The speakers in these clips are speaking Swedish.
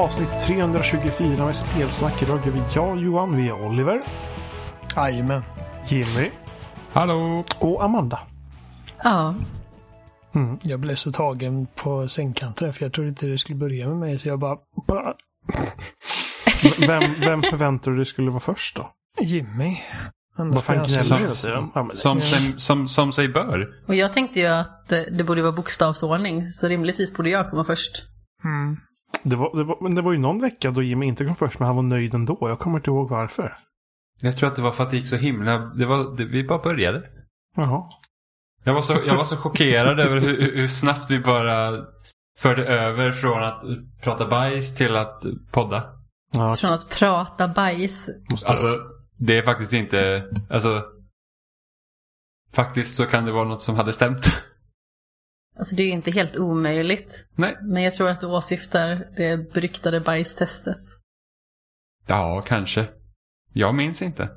avsnitt 324 med Spelsnack. Idag är vi jag, Johan, vi är Oliver. Jajamän. Jimmy. Hallå. Och Amanda. Ja. Jag blev så tagen på sängkanten för jag trodde inte det skulle börja med mig, så jag bara... Vem förväntade du skulle vara först då? Jimmy. Vad fan Som sig bör. Och jag tänkte ju att det borde vara bokstavsordning, så rimligtvis borde jag komma först. Men det var ju någon vecka då Jimmy inte kom först, men han var nöjd ändå. Jag kommer inte ihåg varför. Jag tror att det var för att det gick så himla... vi bara började. Jaha. Jag var så chockerad över hur snabbt vi bara förde över från att prata bajs till att podda. Ja. Från att prata bajs. Alltså, det är faktiskt inte... Alltså, faktiskt så kan det vara något som hade stämt. Alltså det är ju inte helt omöjligt. Nej. Men jag tror att du åsyftar det beryktade bajstestet. Ja, kanske. Jag minns inte.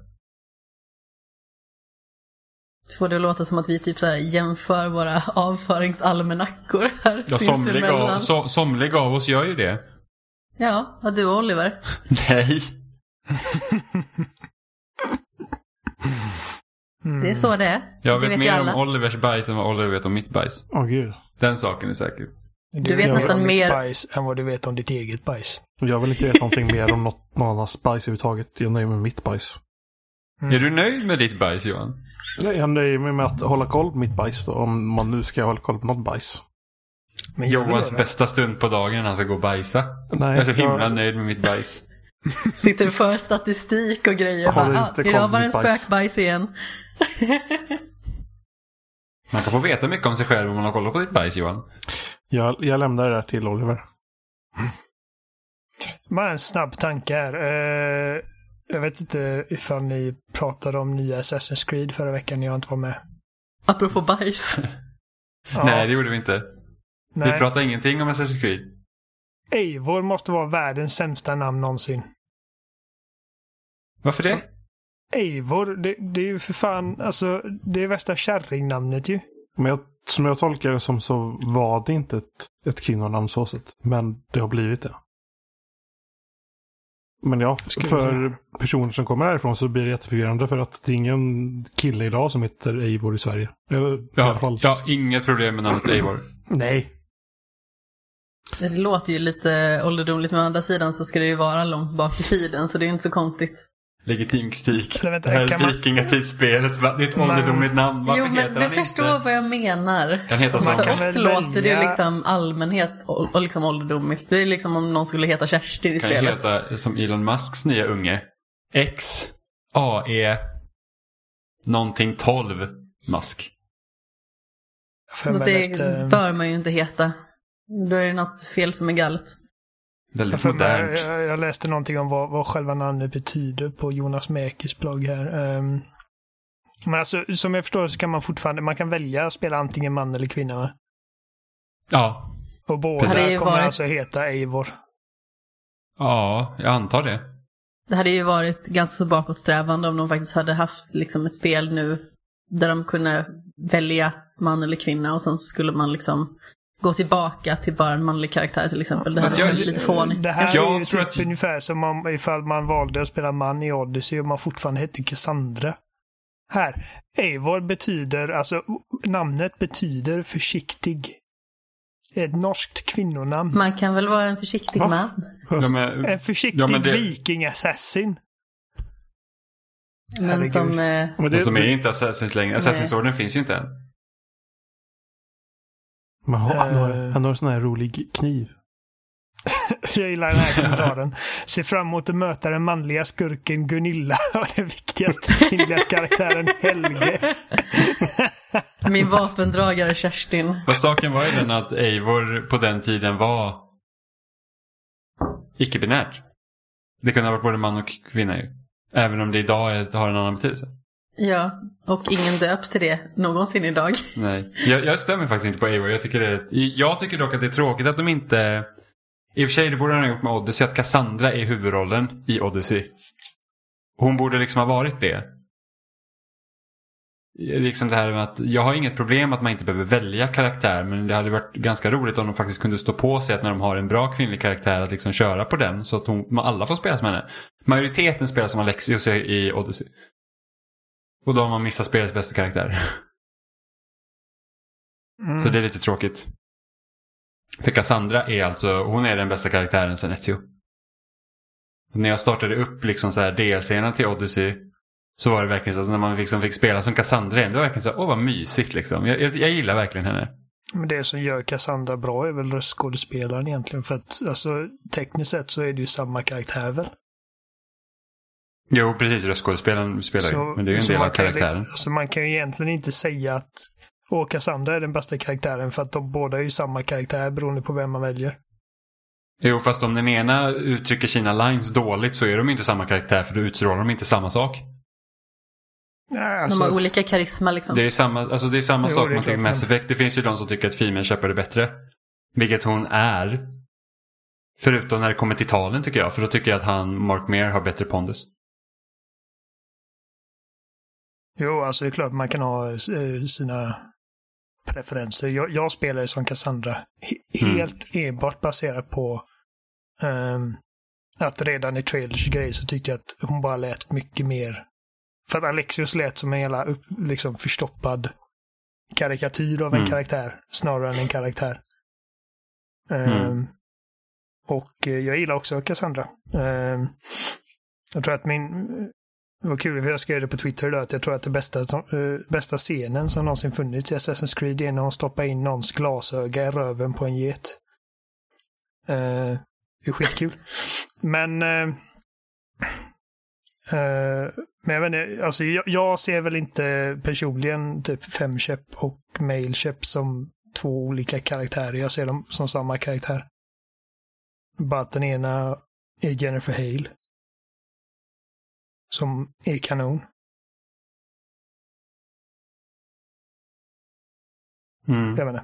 Får det låta som att vi typ så här jämför våra avföringsalmanackor här sinsemellan. Somliga av oss gör ju det. Ja, du och Oliver. Nej. Det är så det är. Jag vet mer alla. om Olivers bajs än vad Oliver vet om mitt bajs. Gud. Den saken är säker. Du vet nästan om mer mitt bajs än vad du vet om ditt eget bajs. Jag vill inte veta någonting mer om någon annans bajs överhuvudtaget. Jag nöjer mig med mitt bajs. Är du nöjd med ditt bajs, Johan? Nej, jag nöjer mig med att hålla koll på mitt bajs då, om man nu ska hålla koll på något bajs. Men Johans bästa stund på dagen när han ska gå och bajsa. Nej, jag är så himla nöjd med mitt bajs. sitter för statistik och grejer. Idag var en spökbajs igen. Man kan få veta mycket om sig själv om man har kollat på ditt bajs, Johan. Jag lämnar det där till Oliver. Bara en snabb tanke här. Jag vet inte ifall ni pratade om nya Assassin's Creed förra veckan när jag inte var med. Apropå bajs. Ja. Nej, det gjorde vi inte. Nej. Vi pratade ingenting om Assassin's Creed. Eivor måste vara världens sämsta namn någonsin. Varför det? Eivor, det är ju för fan, alltså det är värsta kärringnamnet ju. Men som jag tolkar det som så var det inte ett kvinnonamn så sett. Men det har blivit det. Men ja, för personer som kommer härifrån så blir det jätteförvirrande för att det är ingen kille idag som heter Eivor i Sverige. Eller, i alla fall. Ja, inget problem med namnet Eivor. Nej. Det låter ju lite ålderdomligt, men å andra sidan så ska det ju vara långt bak i tiden, så det är inte så konstigt. Legitim kritik. Vänta, det här vikingatidspelet, det är ett ålderdomligt namn. Jo, men du förstår vad jag menar. För oss låter det liksom allmänhet och liksom ålderdomligt. Det är liksom om någon skulle heta Kerstin i spelet. Kan heta som Elon Musks nya unge. XAE någonting 12 Musk. Fast det bör man ju inte heta. Då är det något fel som är galet. Väldigt modernt. Jag läste någonting om vad själva namnet betyder på Jonas Mäkis blogg här. Men alltså, som jag förstår så kan man fortfarande, man kan välja att spela antingen man eller kvinna, va? Ja. Och båda kommer alltså heta Eivor. Ja, jag antar det. Det hade ju varit ganska så bakåtsträvande om de faktiskt hade haft liksom ett spel nu där de kunde välja man eller kvinna och sen skulle man liksom gå tillbaka till bara en manlig karaktär till exempel. Det här känns lite fånigt. Det här är ju typ ungefär som om ifall man valde att spela man i Odyssey och man fortfarande hette Cassandra. Här, Eivor betyder, alltså namnet betyder försiktig. Ett norskt kvinnonamn. Man kan väl vara en försiktig man? En försiktig viking-assassin. Men som... Fast de är ju inte assassins längre. Assassins-orden finns ju inte än. Men han har en sån här rolig kniv. Jag gillar den här kommentaren. Se fram emot att möta den manliga skurken Gunilla och den viktigaste kvinnliga karaktären Helge. Min vapendragare Kerstin. Fast saken var ju den att Eivor på den tiden var icke-binärt. Det kunde ha varit både man och kvinna ju. Även om det idag har en annan betydelse. Ja, och ingen döps till det någonsin idag. Nej, jag stämmer faktiskt inte på Eivor. Jag tycker dock att det är tråkigt att de inte... I och för sig, det borde ha gjort med Odyssey att Cassandra är huvudrollen i Odyssey. Hon borde liksom ha varit det. liksom det här med att jag har inget problem att man inte behöver välja karaktär, men det hade varit ganska roligt om de faktiskt kunde stå på sig att när de har en bra kvinnlig karaktär att liksom köra på den så att alla får spela som henne. Majoriteten spelar som Alexios i Odyssey. Och då har man missat spelets bästa karaktär. Så det är lite tråkigt. För Cassandra är alltså, hon är den bästa karaktären sen Ezio. När jag startade upp liksom så här DLC-erna till Odyssey, så var det verkligen så att när man liksom fick spela som Cassandra, det var verkligen så vad mysigt liksom. Jag gillar verkligen henne. Men det som gör Cassandra bra är väl röstskådespelaren egentligen, för att alltså tekniskt sett så är det ju samma karaktär väl. Jo, precis, röstskådespelaren spelar ju, men det är ju en del av karaktären. Så man kan ju egentligen inte säga att Cassandra är den bästa karaktären, för att de båda är ju samma karaktär beroende på vem man väljer. Jo, fast om den ena uttrycker sina lines dåligt så är de inte samma karaktär, för då utstrålar de inte samma sak. De har olika karisma liksom. Det är samma sak med till Mass Effect. Det finns ju de som tycker att Female Shepard är bättre. Vilket hon är. Förutom när det kommer till talen tycker jag. För då tycker jag att Mark Meer har bättre pondus. Jo, alltså det är klart man kan ha sina preferenser. Jag spelar som Cassandra helt enbart baserat på att redan i trailers grej så tyckte jag att hon bara lät mycket mer. För att Alexios lät som en jävla liksom förstoppad karikatyr av en karaktär snarare än en karaktär. Och jag gillar också Cassandra. Jag tror att det var kul, för jag skrev det på Twitter idag, att jag tror att det bästa scenen som någonsin funnits i Assassin's Creed är när hon stoppar in någons glasöga i röven på en get. Det är skitkul. Men jag vet inte, alltså jag ser väl inte personligen typ Femshep och Mailshep som två olika karaktärer. Jag ser dem som samma karaktär. Bara att den ena är Jennifer Hale. Som är kanon. Jag vet inte.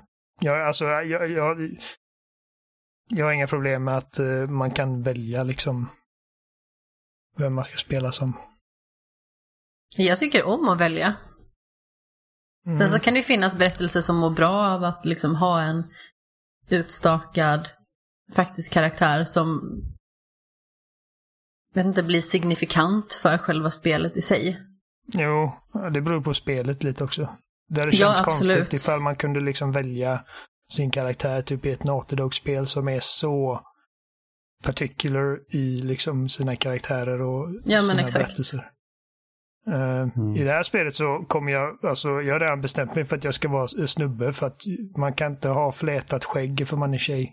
Jag har inga problem med att man kan välja liksom vem man ska spela som. Jag tycker om att välja. Sen så kan det ju finnas berättelser som mår bra av att liksom ha en utstakad faktisk karaktär som blir signifikant för själva spelet i sig. Jo, det beror på spelet lite också. Där det känns konstigt ifall man kunde liksom välja sin karaktär typ i ett Naughty Dog-spel som är så particular i liksom sina karaktärer och sina berättelser. I det här spelet så kommer jag har redan bestämt mig för att jag ska vara snubbe, för att man kan inte ha flätat skägg för man är tjej.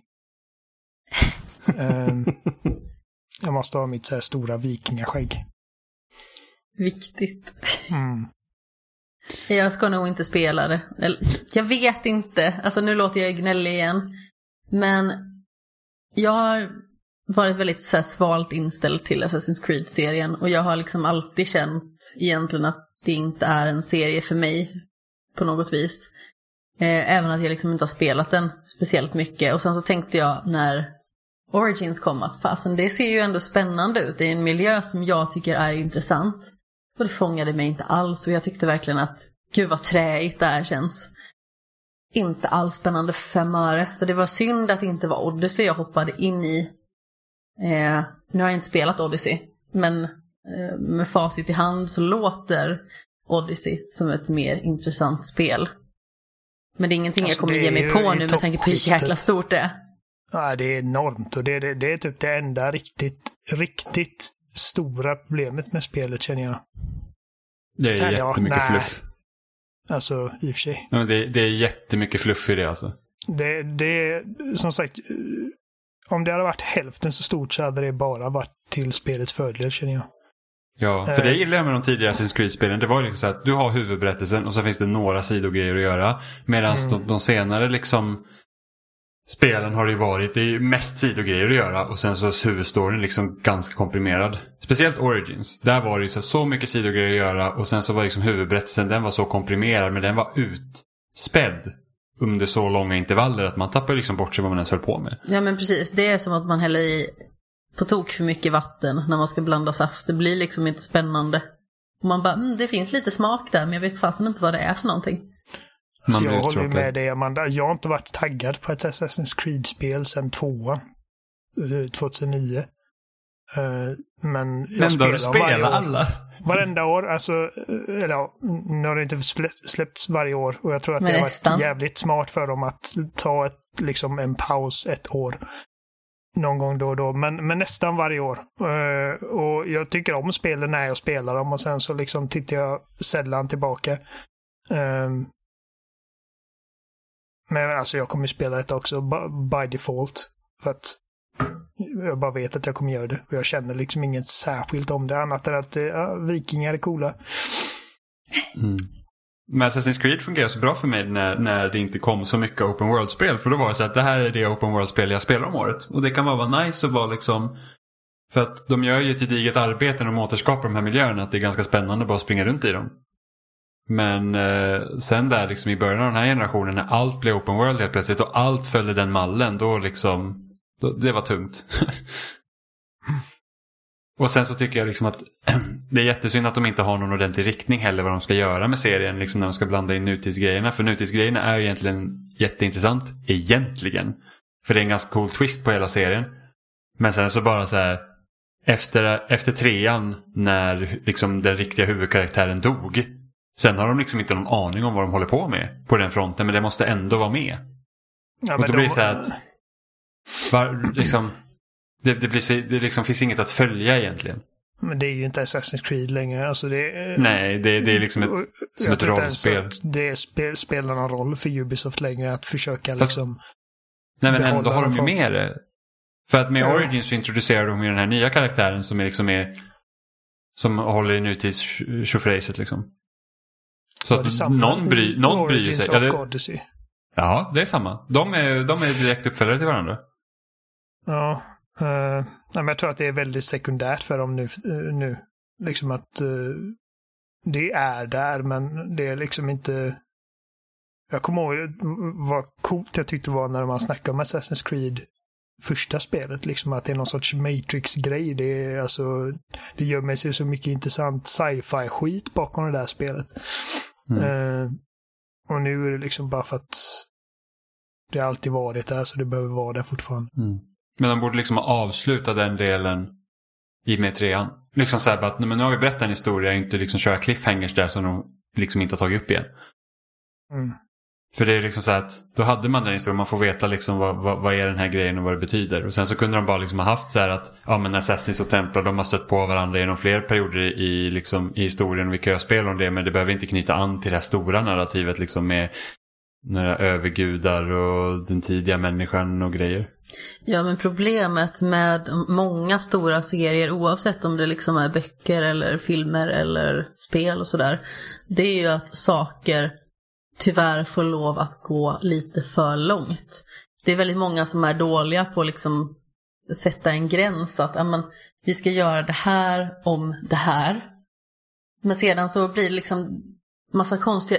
Jag måste ha mitt så här stora vikingaskägg. Viktigt. Jag ska nog inte spela det. Jag vet inte. Alltså nu låter jag gnällig igen. Men jag har varit väldigt så här svalt inställd till Assassin's Creed-serien. Och jag har liksom alltid känt egentligen att det inte är en serie för mig på något vis. Även att jag liksom inte har spelat den speciellt mycket. Och sen så tänkte jag när Origins kom att fasen, det ser ju ändå spännande ut. Det är en miljö som jag tycker är intressant. Och det fångade mig inte alls. Och jag tyckte verkligen att gud vad träigt det här känns. Inte alls spännande för 5 öre. Så det var synd att det inte var Odyssey jag hoppade in i. Nu har jag inte spelat Odyssey. Men med facit i hand så låter Odyssey som ett mer intressant spel. Men det är ingenting jag kommer ge mig på nu med tanke på hur jäkla stort det är. Ja, det är enormt. Och det är typ det enda riktigt stora problemet med spelet, känner jag. Det är jättemycket fluff. Alltså, i och för sig. Ja, det är jättemycket fluff i det alltså. Det är, som sagt, om det hade varit hälften så stort så hade det bara varit till spelets fördel, känner jag. Ja, för det gillar jag med de tidigare Assassin's Creed-spelen. Det var ju liksom så att du har huvudberättelsen och så finns det några sidogrejer att göra. Medan de senare liksom spelen har det ju varit, det är ju mest sidogrejer att göra och sen så är huvudstoryn liksom ganska komprimerad. Speciellt Origins, där var det ju så mycket sidogrejer att göra och sen så var liksom huvudberättelsen, den var så komprimerad men den var utspädd under så långa intervaller att man tappar liksom bort sig vad man ens höll på med. Ja men precis, det är som att man häller i på tok för mycket vatten när man ska blanda saft. Det blir liksom inte spännande. Och man bara, det finns lite smak där, men jag vet fast inte vad det är för någonting. Så jag håller med dig, Amanda. Jag har inte varit taggad på ett Assassin's Creed-spel sedan 2009. Men jag spelar alla. Varenda år, alltså, eller ja, nu har det inte släppts varje år. Och jag tror att det har varit jävligt smart för dem att ta en paus ett år. Någon gång då och då, men nästan varje år. Och jag tycker om spelen när jag spelar dem och sen så liksom tittar jag sällan tillbaka. Men alltså jag kommer spela detta också by default. För att jag bara vet att jag kommer göra det. Och jag känner liksom inget särskilt om det annat än att vikingar är coola. Men Assassin's Creed fungerar så bra för mig när det inte kom så mycket open world-spel. För då var det så att det här är det open world-spel jag spelar om året. Och det kan vara nice att vara liksom... För att de gör ju ett gediget arbete när de återskapar de här miljöerna. Att det är ganska spännande bara att springa runt i dem. Men sen där liksom i början av den här generationen när allt blev open world helt plötsligt och allt följde den mallen, då liksom... det var tungt. Och sen så tycker jag liksom att det är jättesynd att de inte har någon ordentlig riktning heller vad de ska göra med serien liksom när de ska blanda in nutidsgrejerna. För nutidsgrejerna är ju egentligen jätteintressant egentligen. För det är en ganska cool twist på hela serien. Men sen så bara så här efter 3:an när liksom den riktiga huvudkaraktären dog. Sen har de liksom inte någon aning om vad de håller på med på den fronten, men det måste ändå vara med. Ja, och då blir det så här att liksom det liksom finns inget att följa egentligen. Men det är ju inte Assassin's Creed längre. Alltså nej, det är liksom ett rollspel. Det spelar någon roll för Ubisoft längre att försöka liksom... Nej, men ändå har de ju med det. För att med Origins så introducerar de ju den här nya karaktären som är liksom som håller i nutids-tjofrejset liksom. Så att någon bryr sig. Ja, det är samma. De är direkt uppföljare till varandra. Ja, men jag tror att det är väldigt sekundärt för dem nu. Liksom att det är där, men det är liksom inte... Jag kommer ihåg vad coolt jag tyckte var när man snackade om Assassin's Creed första spelet. Liksom att det är någon sorts Matrix-grej. Det gör mig så mycket intressant sci-fi-skit bakom det där spelet. Och nu är det liksom bara för att det har alltid varit där, så det behöver vara där fortfarande. Men de borde liksom avsluta den delen i med 3:an. Liksom så här att men nu har vi berättat en historia, inte liksom köra cliffhangers där som de liksom inte har tagit upp igen. För det är liksom så här att då hade man den historien, man får veta liksom vad är den här grejen och vad det betyder. Och sen så kunde de bara liksom ha haft så här att men Assassins och Templar, de har stött på varandra genom fler perioder i historien, och vi kan ju spela om det, men det behöver inte knyta an till det här stora narrativet liksom med några övergudar och den tidiga människan och grejer. Ja, men problemet med många stora serier, oavsett om det liksom är böcker eller filmer eller spel och sådär, det är ju att saker tyvärr får lov att gå lite för långt. Det är väldigt många som är dåliga på liksom sätta en gräns att vi ska göra det här om det här. Men sedan så blir det liksom massa konstiga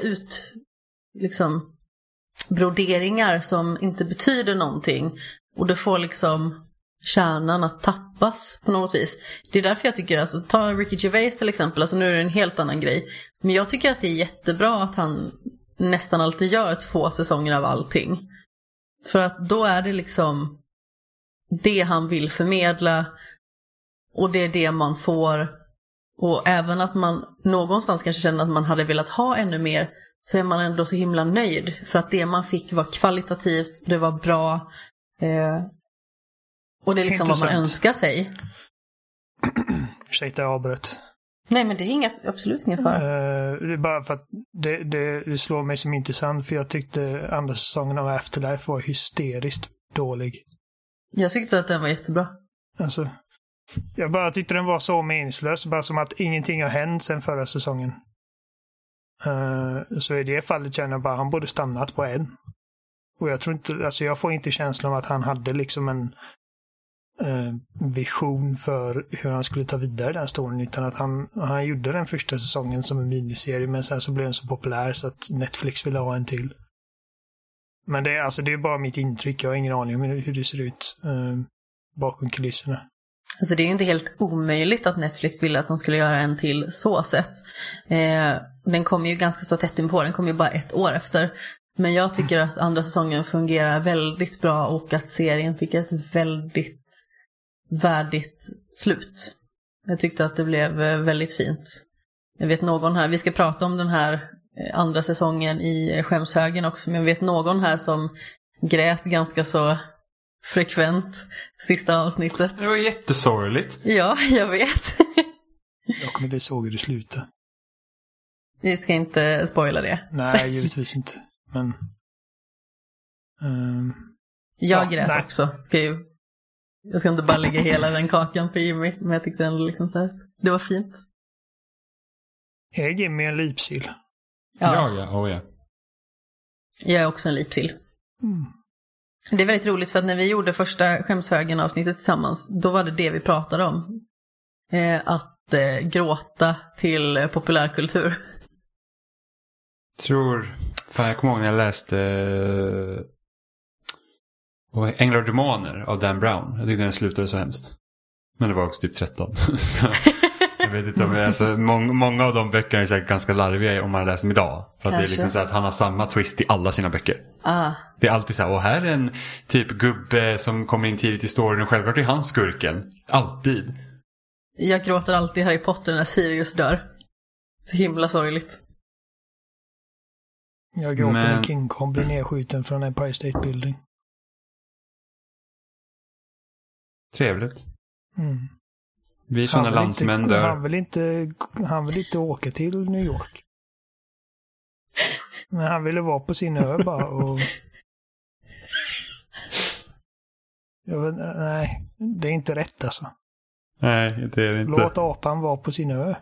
broderingar som inte betyder någonting. Och det får liksom kärnan att tappas på något vis. Det är därför jag tycker, alltså, ta Ricky Gervais till exempel, alltså nu är det en helt annan grej. Men jag tycker att det är jättebra att han nästan alltid gör 2 säsonger av allting. För att då är det liksom det han vill förmedla, och det är det man får. Och även att man någonstans kanske känner att man hade velat ha ännu mer, så är man ändå så himla nöjd. För att det man fick var kvalitativt, det var bra. Och det är liksom vad man önskar sig. Ursäkta, jag avbröt. Nej, men det är absolut ingen fara. Det är bara för att det slår mig som intressant, för jag tyckte andra säsongen av Afterlife var hysteriskt dålig. Jag tyckte att den var jättebra. Alltså, jag bara tyckte den var så meningslös, bara som att ingenting har hänt sedan förra säsongen. Så i det fallet känner jag bara han borde stannat på en. Och jag tror inte, alltså jag får inte känslan av att han hade liksom en vision för hur han skulle ta vidare den storyn, utan att han gjorde den första säsongen som en miniserie, men sen så blev den så populär så att Netflix ville ha en till. Men det är bara mitt intryck, jag har ingen aning om hur det ser ut bakom kulisserna. Alltså det är ju inte helt omöjligt att Netflix ville att de skulle göra en till så sätt. Den kom ju ganska så tätt in på, den kom ju bara 1 år efter. Men jag tycker att andra säsongen fungerar väldigt bra och att serien fick ett väldigt värdigt slut. Jag tyckte att det blev väldigt fint. Jag vet någon här, vi ska prata om den här andra säsongen i skämshögen också, men jag vet någon här som grät ganska så frekvent sista avsnittet. Det var jättesorgligt. Ja, jag vet. Jag kommer inte ihåg hur det slutade. Vi ska inte spoila det. Nej, givetvis inte. Men... jag grät också. Jag ska inte bara lägga hela den kakan på Jimmy, men jag tyckte ändå liksom så här, det var fint. Är Jimmy en lipsill? Ja. Jag är också en lipsill. Det är väldigt roligt för att när vi gjorde första skämshögen avsnittet tillsammans, då var det vi pratade om. Att gråta till populärkultur. Jag kommer ihåg när jag läste Änglar och demoner av Dan Brown. Jag tyckte den slutade så hemskt. Men det var också typ 13. Så jag vet inte om många av de böckerna är säkert ganska larviga om man läser dem idag. För att det är liksom så att han har samma twist i alla sina böcker. Det är alltid så här, och här är en typ gubbe som kommer in tidigt i storyn och självklart är han skurken. Alltid. Jag gråter alltid Harry Potter när Sirius dör. Så himla sorgligt. Jag gråter när King Kong blir nedskjuten från Empire State Building. Trevligt. Vi är sådana landsmän där. Han vill inte åka till New York. Men han ville vara på sin ö bara och... Nej, det är inte rätt alltså. Nej, det är det inte. Låt apan vara på sin ö.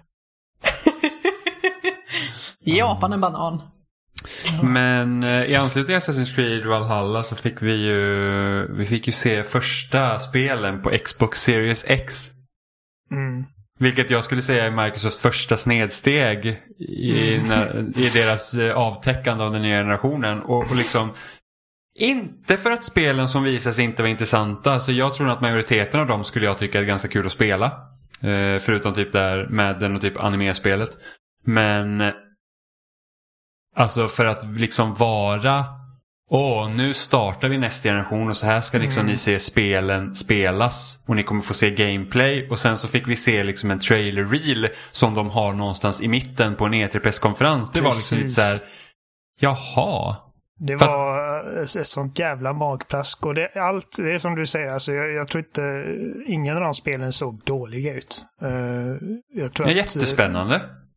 Ge apan en banan. Men i anslutning till Assassin's Creed Valhalla så fick vi fick ju se första spelen på Xbox Series X. Vilket jag skulle säga är Microsofts första snedsteg i deras avtäckande av den nya generationen. Och liksom, inte för att spelen som visas inte var intressanta. Så jag tror att majoriteten av dem skulle jag tycka är ganska kul att spela. Förutom typ där Madden och typ anime-spelet. Men alltså för att liksom vara nu startar vi nästa generation och så här ska liksom ni se spelen spelas och ni kommer få se gameplay och sen så fick vi se liksom en trailer reel som de har någonstans i mitten på en E3-presskonferens. Det var liksom lite så här, jaha. Det var ett sånt jävla magplask och det är som du säger, alltså jag tror inte ingen av de spelen såg dåliga ut. Jag tror det är jättespännande.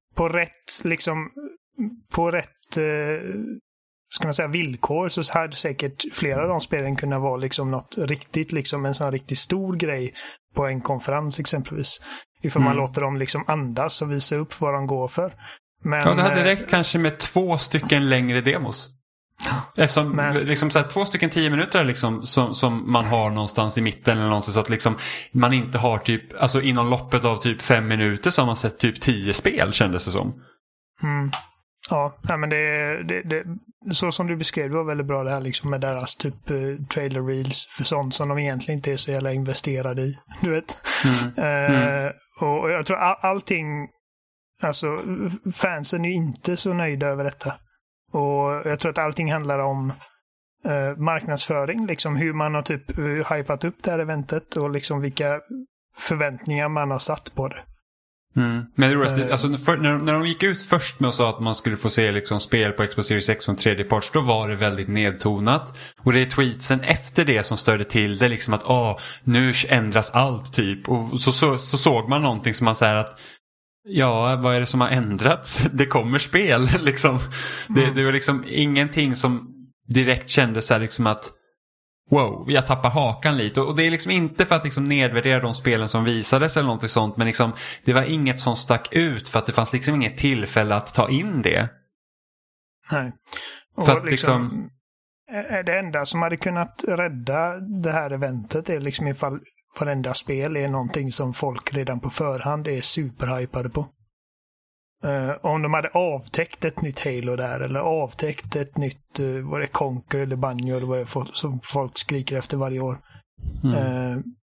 På rätt ska man säga villkor så hade säkert flera av de spelen kunna vara liksom något riktigt, liksom en sån riktigt stor grej på en konferens exempelvis. Ifall man låter dem liksom andas och visa upp vad de går för. Men, det hade räckt kanske med 2 stycken längre demos. Eftersom liksom så här, 2 stycken 10 minuter liksom, som man har någonstans i mitten eller någonstans så att liksom, man inte har typ, alltså inom loppet av typ 5 minuter så har man sett typ 10 spel kändes det som. Ja, men det så som du beskrev, det var väldigt bra det här liksom med deras typ trailer reels för sånt som de egentligen inte är så jävla investerade i, du vet. Och jag tror allting, alltså fansen är inte så nöjda över detta. Och jag tror att allting handlar om marknadsföring, liksom hur man har typ hypat upp det här eventet och liksom vilka förväntningar man har satt på det. Men det roligaste, alltså när de gick ut först med och sa att man skulle få se liksom spel på Xbox Series X från tredjeparts, då var det väldigt nedtonat. Och det är tweetsen efter det som störde till det liksom att nu ändras allt typ. Och så såg man någonting som man säger att vad är det som har ändrats? Det kommer spel liksom. Det var liksom ingenting som direkt kändes så här liksom att wow, jag tappar hakan lite. Och det är liksom inte för att liksom nedvärdera de spelen som visades eller något sånt. Men liksom, det var inget som stack ut för att det fanns liksom inget tillfälle att ta in det. Nej. Och för att liksom... Det enda som hade kunnat rädda det här eventet är liksom ifall varenda spel är någonting som folk redan på förhand är superhypade på. Om de hade avtäckt ett nytt Halo där eller avtäckt ett nytt vad det är, Conquer eller Banjo eller vad det är som folk skriker efter varje år.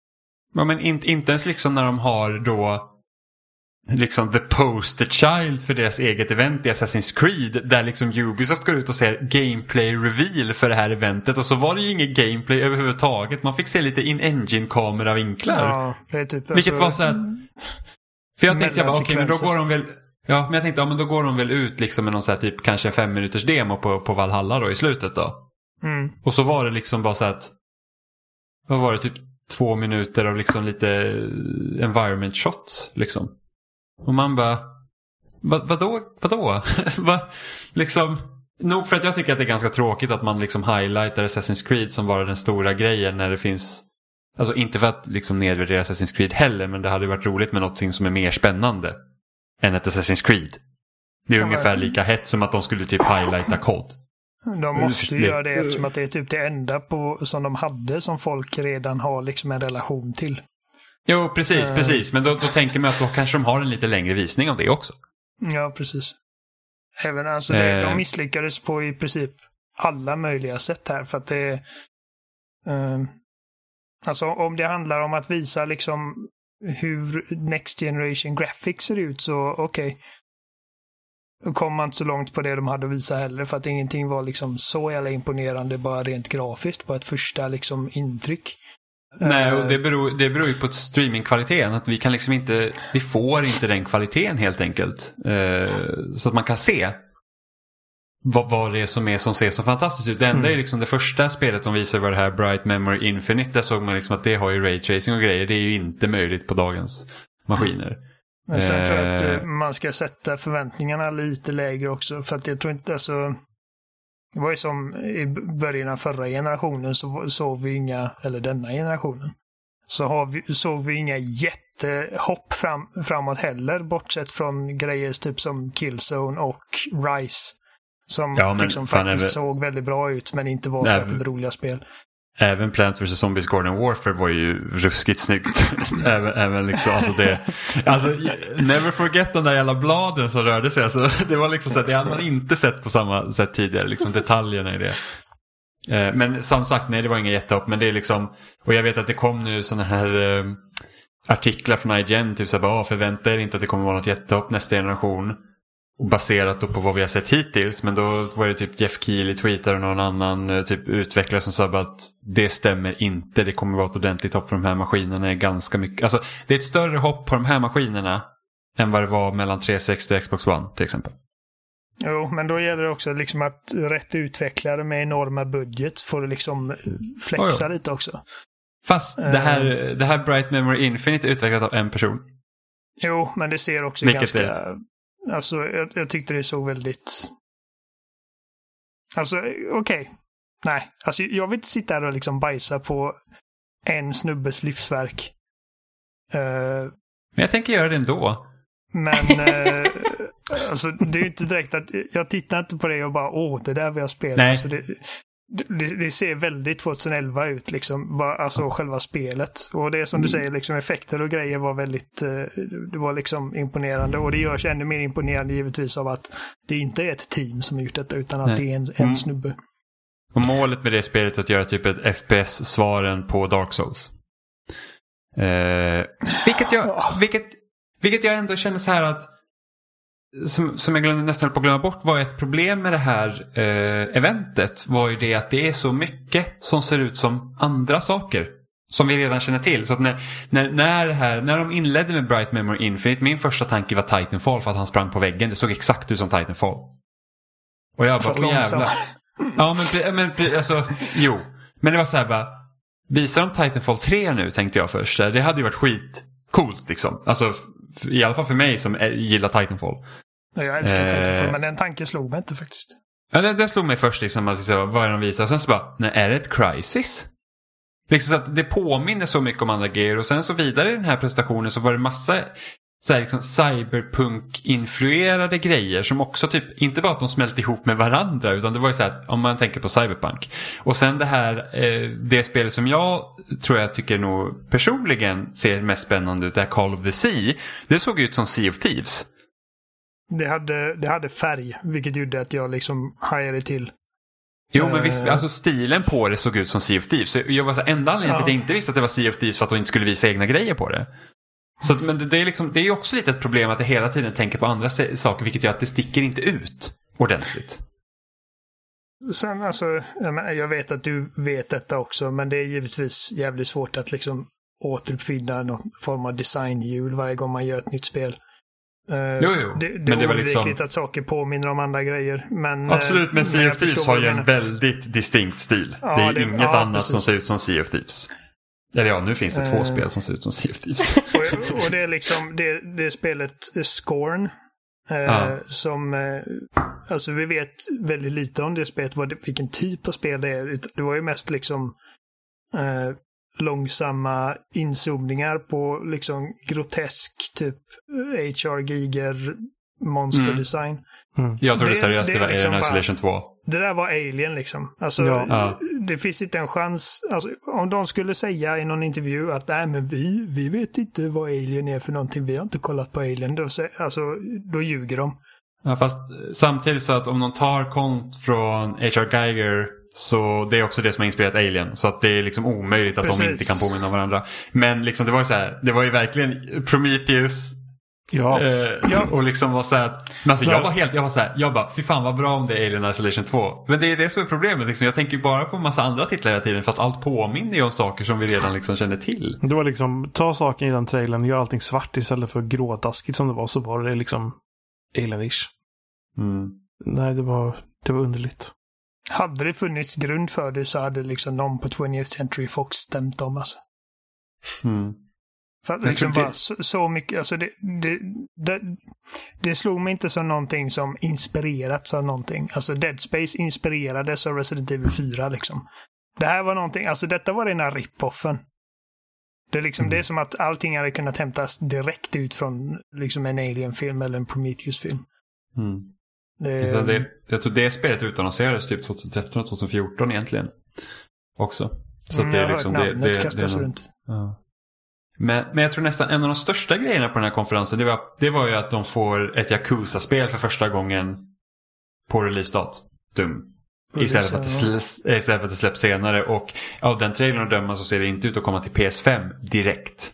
Ja, men inte ens liksom när de har då liksom the poster child för deras eget event i Assassin's Creed, där liksom Ubisoft går ut och säger gameplay reveal för det här eventet, och så var det ju inget gameplay överhuvudtaget. Man fick se lite in-engine kameravinklar. Ja, det är typ, vilket alltså, var så här. För jag tänkte okej, men då går de väl. Ja, men jag tänkte men då går de väl ut liksom med någon så här typ kanske en 5 minuters demo på Valhalla då i slutet då. Mm. Och så var det liksom bara så att vad var det, typ 2 minuter av liksom lite environment shots liksom. Och man bara vadå? Liksom, nog för att jag tycker att det är ganska tråkigt att man liksom highlightar Assassin's Creed som var den stora grejen när det finns, alltså inte för att liksom nedvärdera Assassin's Creed heller, men det hade varit roligt med något som är mer spännande än ett Assassin's Creed. Det är ungefär lika hett som att de skulle typ highlighta COD. De måste ju göra det eftersom att det är typ det enda som de hade som folk redan har liksom en relation till. Jo, precis. Men då tänker man att då kanske de har en lite längre visning av det också. Ja, precis. Även alltså de misslyckades på i princip alla möjliga sätt här, för att det alltså om det handlar om att visa liksom hur Next Generation Graphics ser ut, så okej. Då kom man inte så långt på det de hade att visa heller, för att ingenting var liksom så jävla imponerande bara rent grafiskt på ett första liksom intryck. Nej, och det beror ju på streamingkvaliteten, att vi kan liksom inte, vi får inte den kvaliteten helt enkelt. Så att man kan se vad det är som ser så fantastiskt ut. Det enda är liksom det första spelet de visar var det här Bright Memory Infinite. Där såg man liksom att det har ju ray tracing och grejer. Det är ju inte möjligt på dagens maskiner. Men sen tror jag att man ska sätta förväntningarna lite lägre också. För att jag tror inte, alltså, det var ju som i början av förra generationen så såg vi inga, eller denna generationen, såg vi inga jättehopp framåt heller, bortsett från grejer typ som Killzone och Rise. Som liksom faktiskt såg väldigt bra ut, men inte var särskilt roliga spel. Även Plants vs. Zombies Garden Warfare var ju ruskigt snyggt. även liksom, alltså never forget de där jävla bladen som rörde sig. Alltså, det var liksom så att det hade man inte sett på samma sätt tidigare, liksom detaljerna i det. Men som sagt, nej, det var inga jättehopp, men det är liksom, och jag vet att det kom nu såna här artiklar från IGN typ så här, förvänta er inte att det kommer vara något jättehopp nästa generation. Och baserat då på vad vi har sett hittills. Men då var det typ Jeff Keighley tweetar och någon annan typ utvecklare som sa att det stämmer inte. Det kommer vara ett ordentligt hopp för de här maskinerna. Är ganska mycket. Alltså, det är ett större hopp på de här maskinerna än vad det var mellan 360 och Xbox One till exempel. Jo, men då gäller det också liksom att rätt utvecklare med enorma budget får liksom flexa lite också. Fast det här Bright Memory Infinite är utvecklat av en person. Jo, men det ser också ganska... Alltså, jag tyckte det såg väldigt... Alltså, okej. Nej, alltså jag vill inte sitta här och liksom bajsa på en snubbes livsverk. Men jag tänker göra det ändå. Men, alltså det är ju inte direkt att... Jag tittar inte på det och bara, det där vi har spelat. Nej. Alltså, det ser väldigt 2011 ut liksom, alltså själva spelet, och det är som du säger liksom, effekter och grejer var väldigt det var liksom imponerande, och det görs ännu mer imponerande givetvis av att det inte är ett team som har gjort detta, utan att det är en snubbe. Och målet med det spelet är att göra typ ett FPS-svaren på Dark Souls, vilket jag ändå känner så här att som jag nästan på att glömma bort, var ett problem med det här eventet var ju det att det är så mycket som ser ut som andra saker som vi redan känner till. Så att när de inledde med Bright Memory Infinite, min första tanke var Titanfall, för att han sprang på väggen. Det såg exakt ut som Titanfall. Och jag bara, jävlar. Ja, men alltså, jo. Men det var så här bara, visar de Titanfall 3 nu, tänkte jag först. Det hade ju varit skitcoolt liksom. Alltså, i alla fall för mig som gillar Titanfall. Jag älskar Titanfall, men den tanken slog mig inte faktiskt. Ja, den slog mig först liksom, alltså, vad är de visar? Och sen så bara, nej, är det ett Crysis? Liksom så att det påminner så mycket om andra grejer. Och sen så vidare i den här presentationen så var det massa så här, liksom, cyberpunk-influerade grejer som också typ, inte bara att de smälte ihop med varandra, utan det var ju så här, om man tänker på cyberpunk. Och sen det här, det spelet som jag tror jag tycker nog personligen ser mest spännande ut, det här Call of the Sea. Det såg ut som Sea of Thieves. Det hade färg, vilket gjorde att jag liksom hajade till. Jo, men visst, alltså stilen på det såg ut som Sea of Thieves. Så jag var så enda anledningen till att jag inte visste att det var Sea of Thieves för att de inte skulle visa egna grejer på det. Så att, men det är liksom, det är ju också lite ett problem att det hela tiden tänker på andra saker, vilket gör att det sticker inte ut ordentligt. Sen alltså, jag vet att du vet detta också, men det är givetvis jävligt svårt att liksom återuppfinna någon form av designhjul varje gång man gör ett nytt spel. Jo. Det men det är var oundvikligt liksom att saker påminner om andra grejer. Men, absolut, men Sea of Thieves har ju en menar. väldigt distinkt stil. Ja, det är inget annat precis. som ser ut som Sea of Thieves. Eller ja, nu finns det 2 spel som ser ut som Sea of Thieves. Och det är liksom det spelet Scorn som alltså vi vet väldigt lite om det spelet, vilken typ av spel det är. Det var ju mest liksom långsamma inzoomningar på liksom grotesk typ H.R. Giger monsterdesign. Jag tror det seriöst det var liksom Alien Isolation 2. Det där var Alien liksom. Alltså, det finns inte en chans. Alltså, om de skulle säga i någon intervju att nej, men vi vet inte vad Alien är för någonting. Vi har inte kollat på Alien. Då ljuger de. Ja, fast samtidigt så att om de tar kont från H.R. Giger så det är också det som har inspirerat Alien. Så att det är liksom omöjligt att de inte kan påminna om varandra. Men liksom det var ju så här, det var ju verkligen Prometheus. Ja. Och liksom var så här, men alltså jag var så här, jag bara, fy fan vad bra om det är Alien Isolation 2. Men det är det som är problemet liksom. Jag tänker ju bara på en massa andra titlar hela tiden för att allt påminner ju om saker som vi redan liksom känner till. Det var liksom, ta saken i den trailern och gör allting svart istället för grådaskigt som det var, så var det liksom Alien-ish. Nej, det var underligt. Hade det funnits grund för det så hade liksom någon på 20th Century Fox stämt om alltså. För att liksom bara så mycket, alltså det slog mig inte som någonting som inspirerats av någonting. Alltså Dead Space inspirerades av Resident Evil 4 liksom. Det här var någonting, alltså detta var rena rip-offen. Det är liksom, det är som att allting hade kunnat hämtas direkt ut från liksom en Alien-film eller en Prometheus-film. Jag tror det spelet utannonserades typ 2013 och 2014 egentligen. Också. Så det är liksom det kastas runt. Ja. Men jag tror nästan en av de största grejerna på den här konferensen det var ju att de får ett Yakuza-spel för första gången på releasedatum. Istället för att det släpps senare. Och av den trailern att döma så ser det inte ut att komma till PS5 direkt.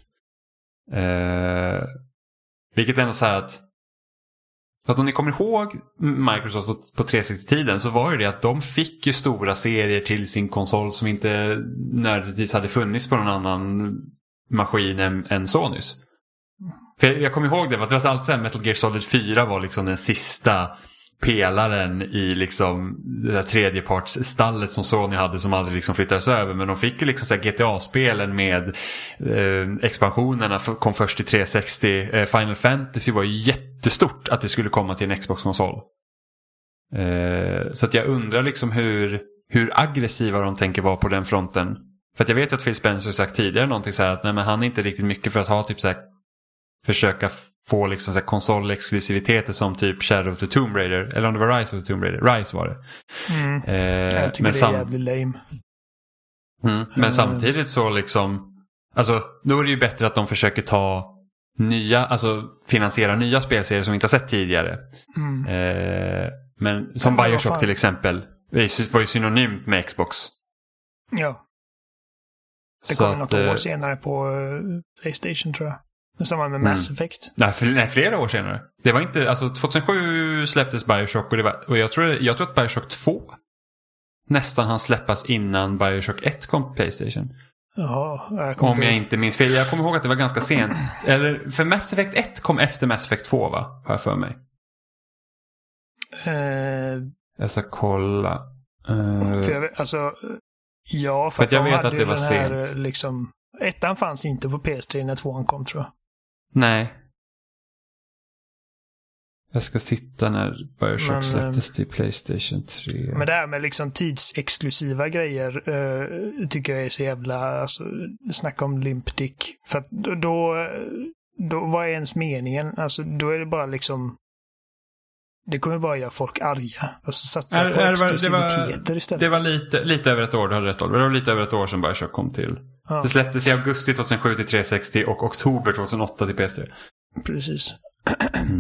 Vilket ändå så här att om ni kommer ihåg Microsoft på 360-tiden så var det att de fick ju stora serier till sin konsol som inte nödvändigtvis hade funnits på någon annan maskin än Sonys. För jag kommer ihåg det var alltid så här, Metal Gear Solid 4 var liksom den sista pelaren i liksom det där tredjepartsstallet som Sony hade som aldrig liksom flyttades över. Men de fick ju liksom så här GTA-spelen med expansionerna kom först till 360. Final Fantasy var ju jättestort att det skulle komma till en Xbox-konsol. Så att jag undrar liksom hur aggressiva de tänker vara på den fronten. För att jag vet att Phil Spencer sagt tidigare någonting så här att nej, men han är inte riktigt mycket för att ha typ så här, försöka få liksom så här konsolexklusiviteter som typ Shadow of the Tomb Raider, eller om det var Rise of the Tomb Raider. Rise var det. Jag tycker det är jävligt lame. Men samtidigt så liksom, alltså då är det ju bättre att de försöker ta alltså finansiera nya spelserier som vi inte har sett tidigare. Men som Bioshock till exempel var ju synonymt med Xbox. Ja. Det kom något år senare på PlayStation tror jag. Samma med Mass Effect. Nej, flera år senare. Det var inte, alltså 2007 släpptes Bioshock och jag tror att Bioshock 2 nästan hann släppas innan Bioshock 1 kom på PlayStation. Ja, om jag inte minns fel. Jag kommer ihåg att det var ganska sent. Eller för Mass Effect 1 kom efter Mass Effect 2 va? Har jag för mig. Jag ska kolla. För jag vet att det var sent. Liksom, ettan fanns inte på PS3 när tvåan kom tror jag. Nej. Jag ska titta när Bioshock släpptes till PlayStation 3. Men det här med liksom tidsexklusiva grejer tycker jag är så jävla, alltså, snacka om limp dick. För att då vad är ens meningen? Alltså då är det bara liksom, det kommer bara göra folk arga. Alltså satsa på exklusiviteter istället. Det var lite över ett år, du hade rätt. Det var lite över ett år som Bioshock kom till. Ja. Det släpptes i augusti 2007 till 360 och oktober 2008 till PS3. Precis.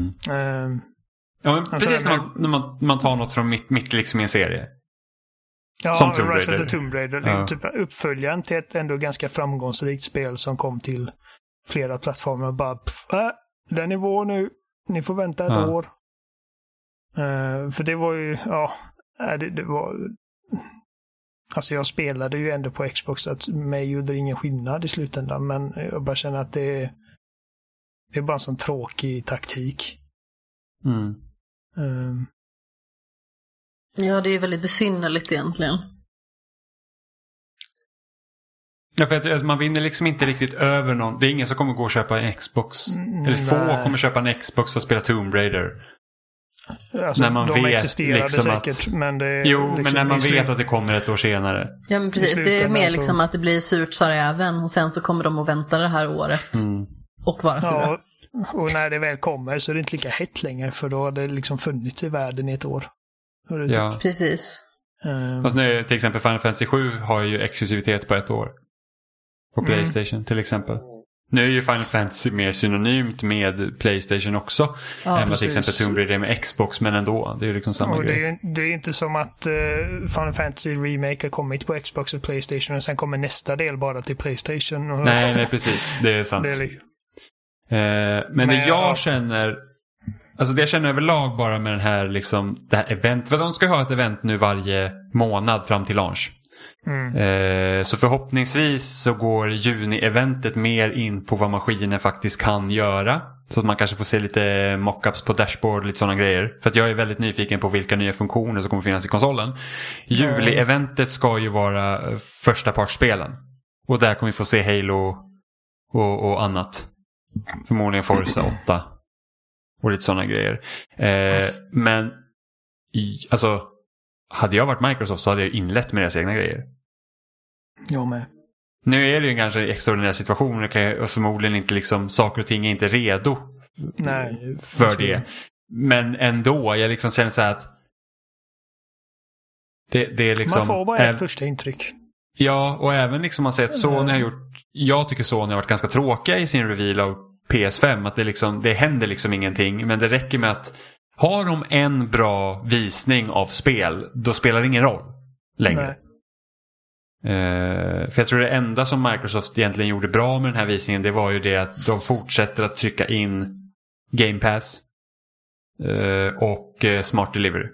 Ja, men precis när man tar något från mitt liksom i en serie. Ja, som Tomb Rise Raider. of the Tomb Raider. Det är typ uppföljaren till ett ändå ganska framgångsrikt spel som kom till flera plattformar och bara den är vår nu. Ni får vänta ett år. För det var ju, det var... Alltså jag spelade ju ändå på Xbox, att mig gjorde ingen skillnad i slutändan, men jag bara känner att det är bara en sån tråkig taktik. Ja, det är väldigt besynnerligt egentligen. Ja, för att man vinner liksom inte riktigt över någon. Det är ingen som kommer gå och köpa en Xbox. Eller få kommer köpa en Xbox för att spela Tomb Raider. Alltså, när man vet liksom säkert, att... Men det liksom, men när man vet att det kommer ett år senare. Ja, men precis. Det är mer liksom att det blir surt sa även. Och sen så kommer de att vänta det här året. Och vara sura. Ja, och när det väl kommer så är det inte lika hett längre. För då har det liksom funnits i världen i ett år. Ja. Precis. Fast nu, till exempel Final Fantasy 7 har ju exklusivitet på ett år. På PlayStation till exempel. Nu är ju Final Fantasy mer synonymt med PlayStation också. Än vad till exempel Tomb Raider med Xbox, men ändå. Det är ju liksom samma grej. Det är inte som att Final Fantasy Remake har kommit på Xbox och PlayStation och sen kommer nästa del bara till PlayStation. Nej, precis. Det är sant. Men det jag känner... Alltså det jag känner överlag bara med den här liksom, det här event. För de ska ha ett event nu varje månad fram till launch. Så förhoppningsvis så går juni-eventet mer in på vad maskinen faktiskt kan göra. Så att man kanske får se lite mockups på dashboard och lite sådana grejer. För att jag är väldigt nyfiken på vilka nya funktioner som kommer finnas i konsolen. Juli-eventet ska ju vara första partsspelen. Och där kommer vi få se Halo och annat. Förmodligen Forza 8 och lite sådana grejer. Men alltså, hade jag varit Microsoft så hade jag inlett med deras egna grejer. Jag med. Nu är det ju en kanske extraordinär situation och förmodligen inte liksom, saker och ting är inte redo för det. Men ändå, jag liksom känner så här att det är liksom... Man får bara ett första intryck. Ja, och även liksom man säger att Sony har gjort... Jag tycker Sony har varit ganska tråkiga i sin reveal av PS5. Att det, liksom, det händer liksom ingenting. Men det räcker med att har de en bra visning av spel, då spelar det ingen roll längre. För jag tror det enda som Microsoft egentligen gjorde bra med den här visningen, det var ju det att de fortsätter att trycka in Game Pass och Smart Delivery.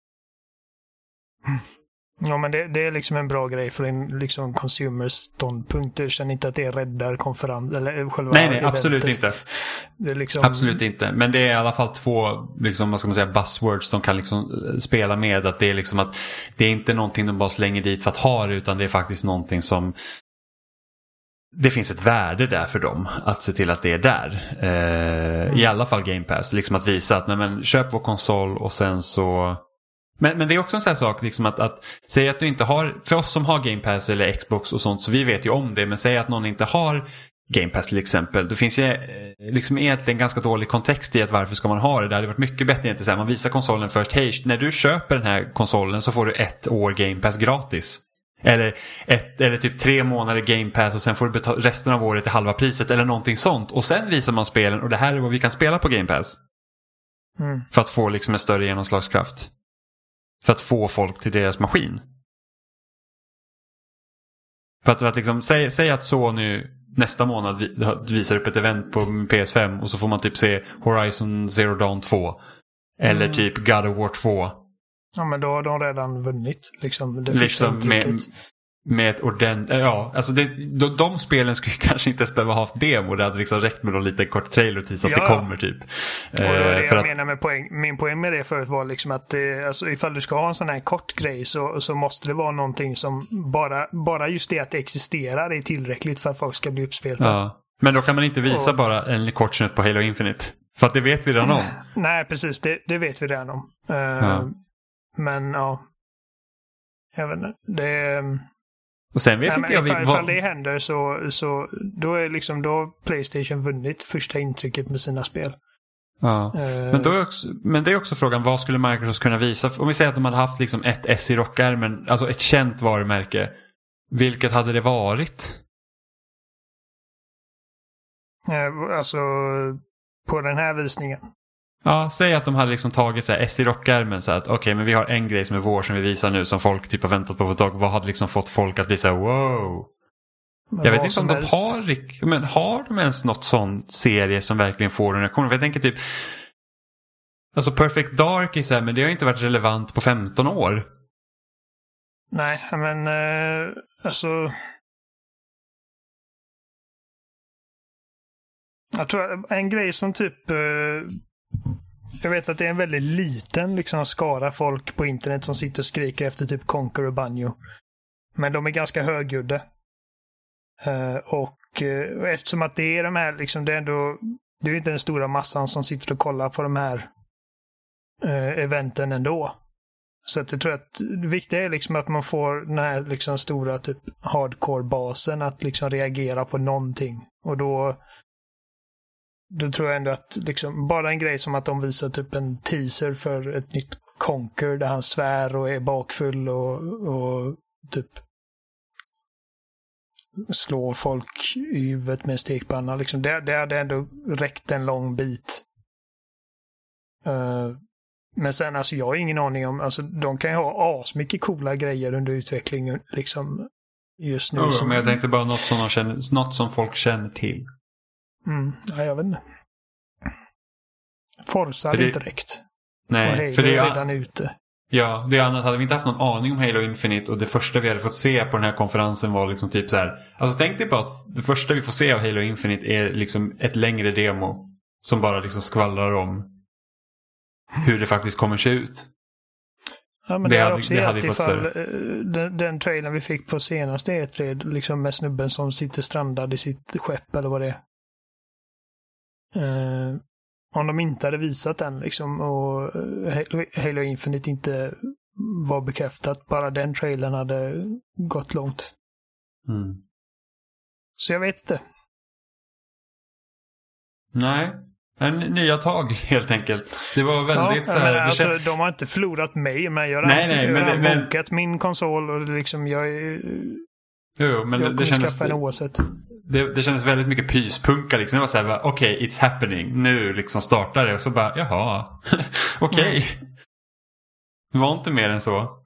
Ja, men det är liksom en bra grej för en liksom consumers ståndpunkt. Jag känner inte att det räddar konferens eller själva Nej, absolut inte. Det är liksom... Absolut inte. Men det är i alla fall två liksom, vad ska man säga, buzzwords de kan liksom spela med. Att det är liksom att det är inte någonting de bara slänger dit för att ha det, utan det är faktiskt någonting som det finns ett värde där för dem att se till att det är där. I alla fall Game Pass. Liksom att visa att nej, men, köp vår konsol och sen så... Men det är också en sån här sak liksom att säga att du inte har, för oss som har Game Pass eller Xbox och sånt, så vi vet ju om det, men säg att någon inte har Game Pass till exempel, då finns ju liksom egentligen ganska dålig kontext i att varför ska man ha det. Det hade varit mycket bättre egentligen så här, man visar konsolen först, hej, när du köper den här konsolen så får du 1 år Game Pass gratis. Eller typ 3 månader Game Pass och sen får du resten av året till halva priset eller någonting sånt. Och sen visar man spelen och det här är vad vi kan spela på Game Pass. För att få liksom en större genomslagskraft. För att få folk till deras maskin. För att liksom, säg att Sony nästa månad visar upp ett event på PS5 och så får man typ se Horizon Zero Dawn 2. Eller typ God of War 2. Ja, men då har de redan vunnit. Liksom, det liksom med ett ordentligt... Ja, alltså de spelen skulle kanske inte ens behöva ha haft demo. Det hade liksom räckt med någon liten kort trailer till så att det kommer typ. Och det var det jag menar med min poäng med det förut var liksom att alltså, ifall du ska ha en sån här kort grej så måste det vara någonting som bara just det att det existerar är tillräckligt för att folk ska bli uppspelta. Ja. Men då kan man inte visa bara en kort snutt på Halo Infinite. För att det vet vi redan om. Nej, precis. Det vet vi redan om. Men ja. Jag vet inte. Det... Och sen vet inte jag... Ifall det händer så då är liksom då PlayStation vunnit första intrycket med sina spel. Ja. Men det är också frågan, vad skulle Microsoft kunna visa? Om vi säger att de hade haft liksom ett S i rockärmen, alltså ett känt varumärke. Vilket hade det varit? Alltså på den här visningen. Ja, säg att de hade liksom tagit så här S i rockärmen så att okej, men vi har en grej som är vår som vi visar nu som folk typ har väntat på ett tag. Vad hade liksom fått folk att bli så här, wow? Men jag vet inte om de har, men har de ens något sån serie som verkligen får en reaktion? För jag tänker typ, alltså Perfect Dark är så här, men det har inte varit relevant på 15 år. Nej, men alltså... Jag tror en grej som typ... Jag vet att det är en väldigt liten liksom, skara folk på internet som sitter och skriker efter typ Conker och Banjo. Men de är ganska högljudda. Och eftersom att det är de här, liksom, det är inte den stora massan som sitter och kollar på de här eventen ändå. Så att jag tror att det viktiga är liksom att man får den här liksom stora typ hardcore-basen att liksom reagera på någonting. Och då tror jag ändå att liksom, bara en grej som att de visar typ en teaser för ett nytt Conker där han svär och är bakfull och typ slår folk i huvudet med en stekpanna. Liksom, det hade ändå räckt en lång bit. Men sen, alltså jag har ingen aning om, alltså de kan ju ha asmycket coola grejer under utveckling liksom just nu. Men jag tänkte bara något som folk känner till. Ja, jag vet inte. Forza hade inte räckt. Nej, för det är redan ute. Ja, det är annat. Hade vi inte haft någon aning om Halo Infinite och det första vi hade fått se på den här konferensen var liksom typ så här. Alltså tänk dig på att det första vi får se av Halo Infinite är liksom ett längre demo som bara liksom skvallrar om hur det faktiskt kommer se ut. Ja, men det hade fått den trailern vi fick på senaste E3 liksom med snubben som sitter strandad i sitt skepp eller vad det är. Om de inte hade visat den liksom och Halo Infinite inte var bekräftat, bara den trailern hade gått långt. Så jag vet inte. Nej, nya tag helt enkelt. Det var väldigt så här, alltså, de har inte förlorat mig, men jag har bokat min konsol och liksom jag det kändes oavsett. Det kändes väldigt mycket pyspunka liksom. Det var så här, okej, it's happening. Nu liksom startar det och så bara, jaha. Okej. Det var inte mer än så.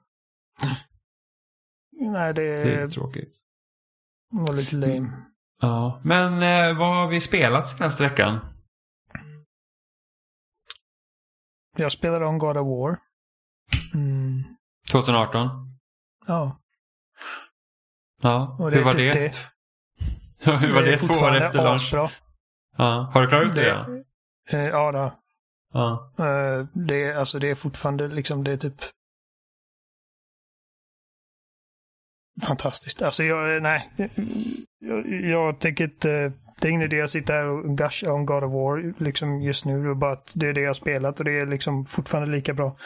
Nej, det är tråkigt. Det var lite lame. Ja, men vad har vi spelat senaste veckan? Jag spelade om God of War. 2018? Ja. Ja, hur var det? Hur var det 2 år efter launch? Ja. Har du klarat ut det? Ja, då. Ja. Det är fortfarande liksom, det är typ fantastiskt. Alltså jag tänker inte, det är ingen idé att sitta här och gusha om God of War liksom just nu. Det är bara att det är det jag har spelat och det är liksom fortfarande lika bra.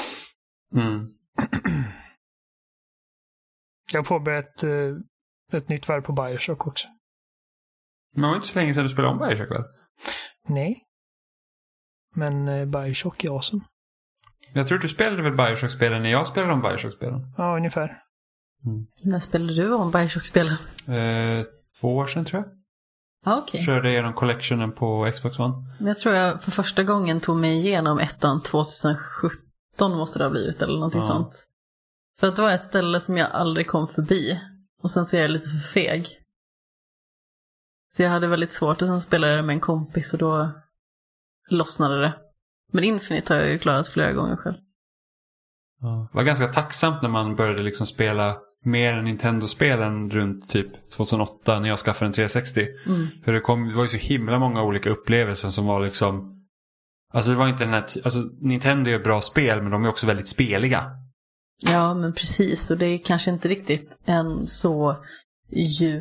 Jag har påbörjat ett nytt värld på Bioshock också. Men det var inte så länge sedan du spelade om Bioshock, väl? Nej. Men Bioshock är awesome. Jag tror du spelade väl Bioshock-spelen när jag spelade om Bioshock-spelen? Ja, ungefär. När spelade du om Bioshock-spelen? 2 år sedan tror jag. Ah, okay. Körde igenom collectionen på Xbox One. Men jag tror jag för första gången tog mig igenom 2017 måste det ha blivit eller någonting sånt. För att det var ett ställe som jag aldrig kom förbi. Och sen så är jag lite för feg. Så jag hade väldigt svårt att sen spela det med en kompis och då lossnade det. Men Infinite har jag ju klarat flera gånger själv. Ja. Det var ganska tacksamt när man började liksom spela mer än Nintendo-spelen runt typ 2008 när jag skaffade en 360. För det var ju så himla många olika upplevelser som var liksom... Alltså det var inte den här... Alltså Nintendo är bra spel men de är också väldigt speliga. Ja, men precis. Och det är kanske inte riktigt en så djup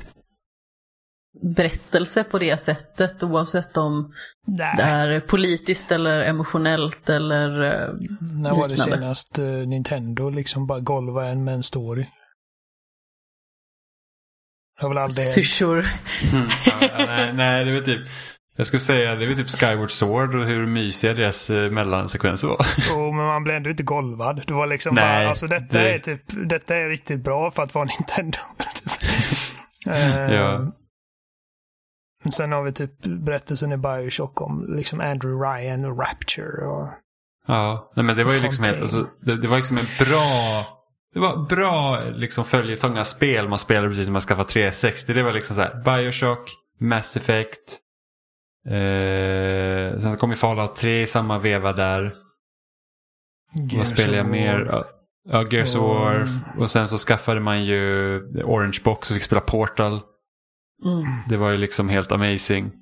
berättelse på det sättet, oavsett om det är politiskt eller emotionellt eller när var det senast Nintendo liksom bara golva en med en story? Det har väl aldrig syrsor. Nej, det var typ, jag skulle säga det var typ Skyward Sword och hur mysiga deras mellansekvenser var. Men man blev ändå inte golvad. Det var liksom bara, alltså detta är riktigt bra för att vara Nintendo. Ja. Sen har vi typ berättelsen i BioShock om liksom Andrew Ryan och Rapture och... Ja, nej, men det var ju liksom helt, alltså, det var liksom en bra... Det var bra liksom följetonga spel man spelade precis som man skaffade 360. Det var liksom så här BioShock, Mass Effect. Sen kom ju Fallout 3 i samma veva där. Vad spelade jag mer? Ja, Gears of War. Och sen så skaffade man ju Orange Box och fick spela Portal. Det var ju liksom helt amazing.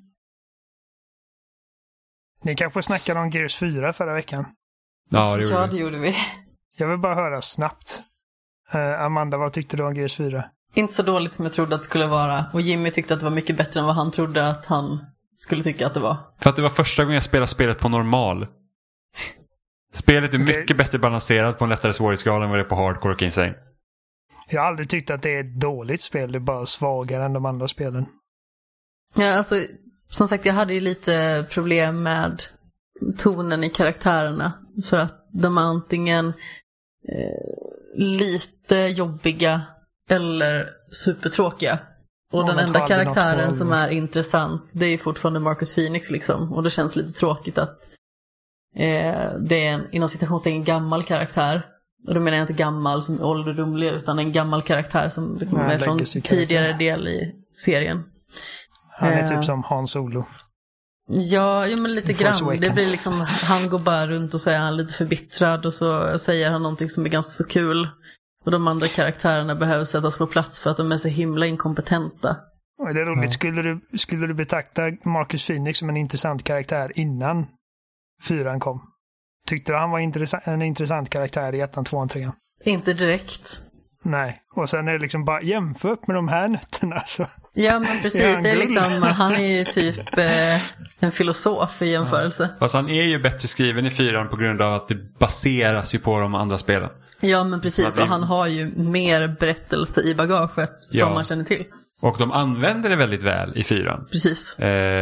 Ni kanske snackade om Gears 4 förra veckan. Ja, det gjorde vi. Jag vill bara höra snabbt. Amanda, vad tyckte du om Gears 4? Inte så dåligt som jag trodde att det skulle vara. Och Jimmy tyckte att det var mycket bättre än vad han trodde att han skulle tycka att det var. För att det var första gången jag spelade spelet på normal. Spelet är mycket bättre balanserat på en lättare svårighetsgrad än vad det är på hardcore och insane. Jag har aldrig tyckt att det är ett dåligt spel. Det är bara svagare än de andra spelen. Ja, alltså, som sagt, jag hade ju lite problem med tonen i karaktärerna. För att de är antingen lite jobbiga eller supertråkiga. Och den enda karaktären som är intressant, det är ju fortfarande Marcus Phoenix liksom. Och det känns lite tråkigt att det är en inom citationstecken gammal karaktär. Och då menar jag inte gammal som ålderdomlig, utan en gammal karaktär som liksom är från tidigare del i serien. Han är typ som Han Solo. Ja, men lite grann. Det blir liksom, han går bara runt och så är han lite förbittrad och så säger han någonting som är ganska så kul. Och de andra karaktärerna behöver sättas på plats för att de är så himla inkompetenta. Och det är roligt. Skulle du betrakta Marcus Phoenix som en intressant karaktär innan 4 kom? Tyckte du han var en intressant karaktär i 1, 2 och 3? Inte direkt. Nej, och sen är det liksom bara jämfört med de här nötterna så. Ja, men precis, det är liksom, han är ju typ en filosof i jämförelse. Ja. Fast han är ju bättre skriven i 4 på grund av att det baseras ju på de andra spelen. Ja, men precis, och han har ju mer berättelse i bagaget som man känner till. Och de använder det väldigt väl i 4. Precis.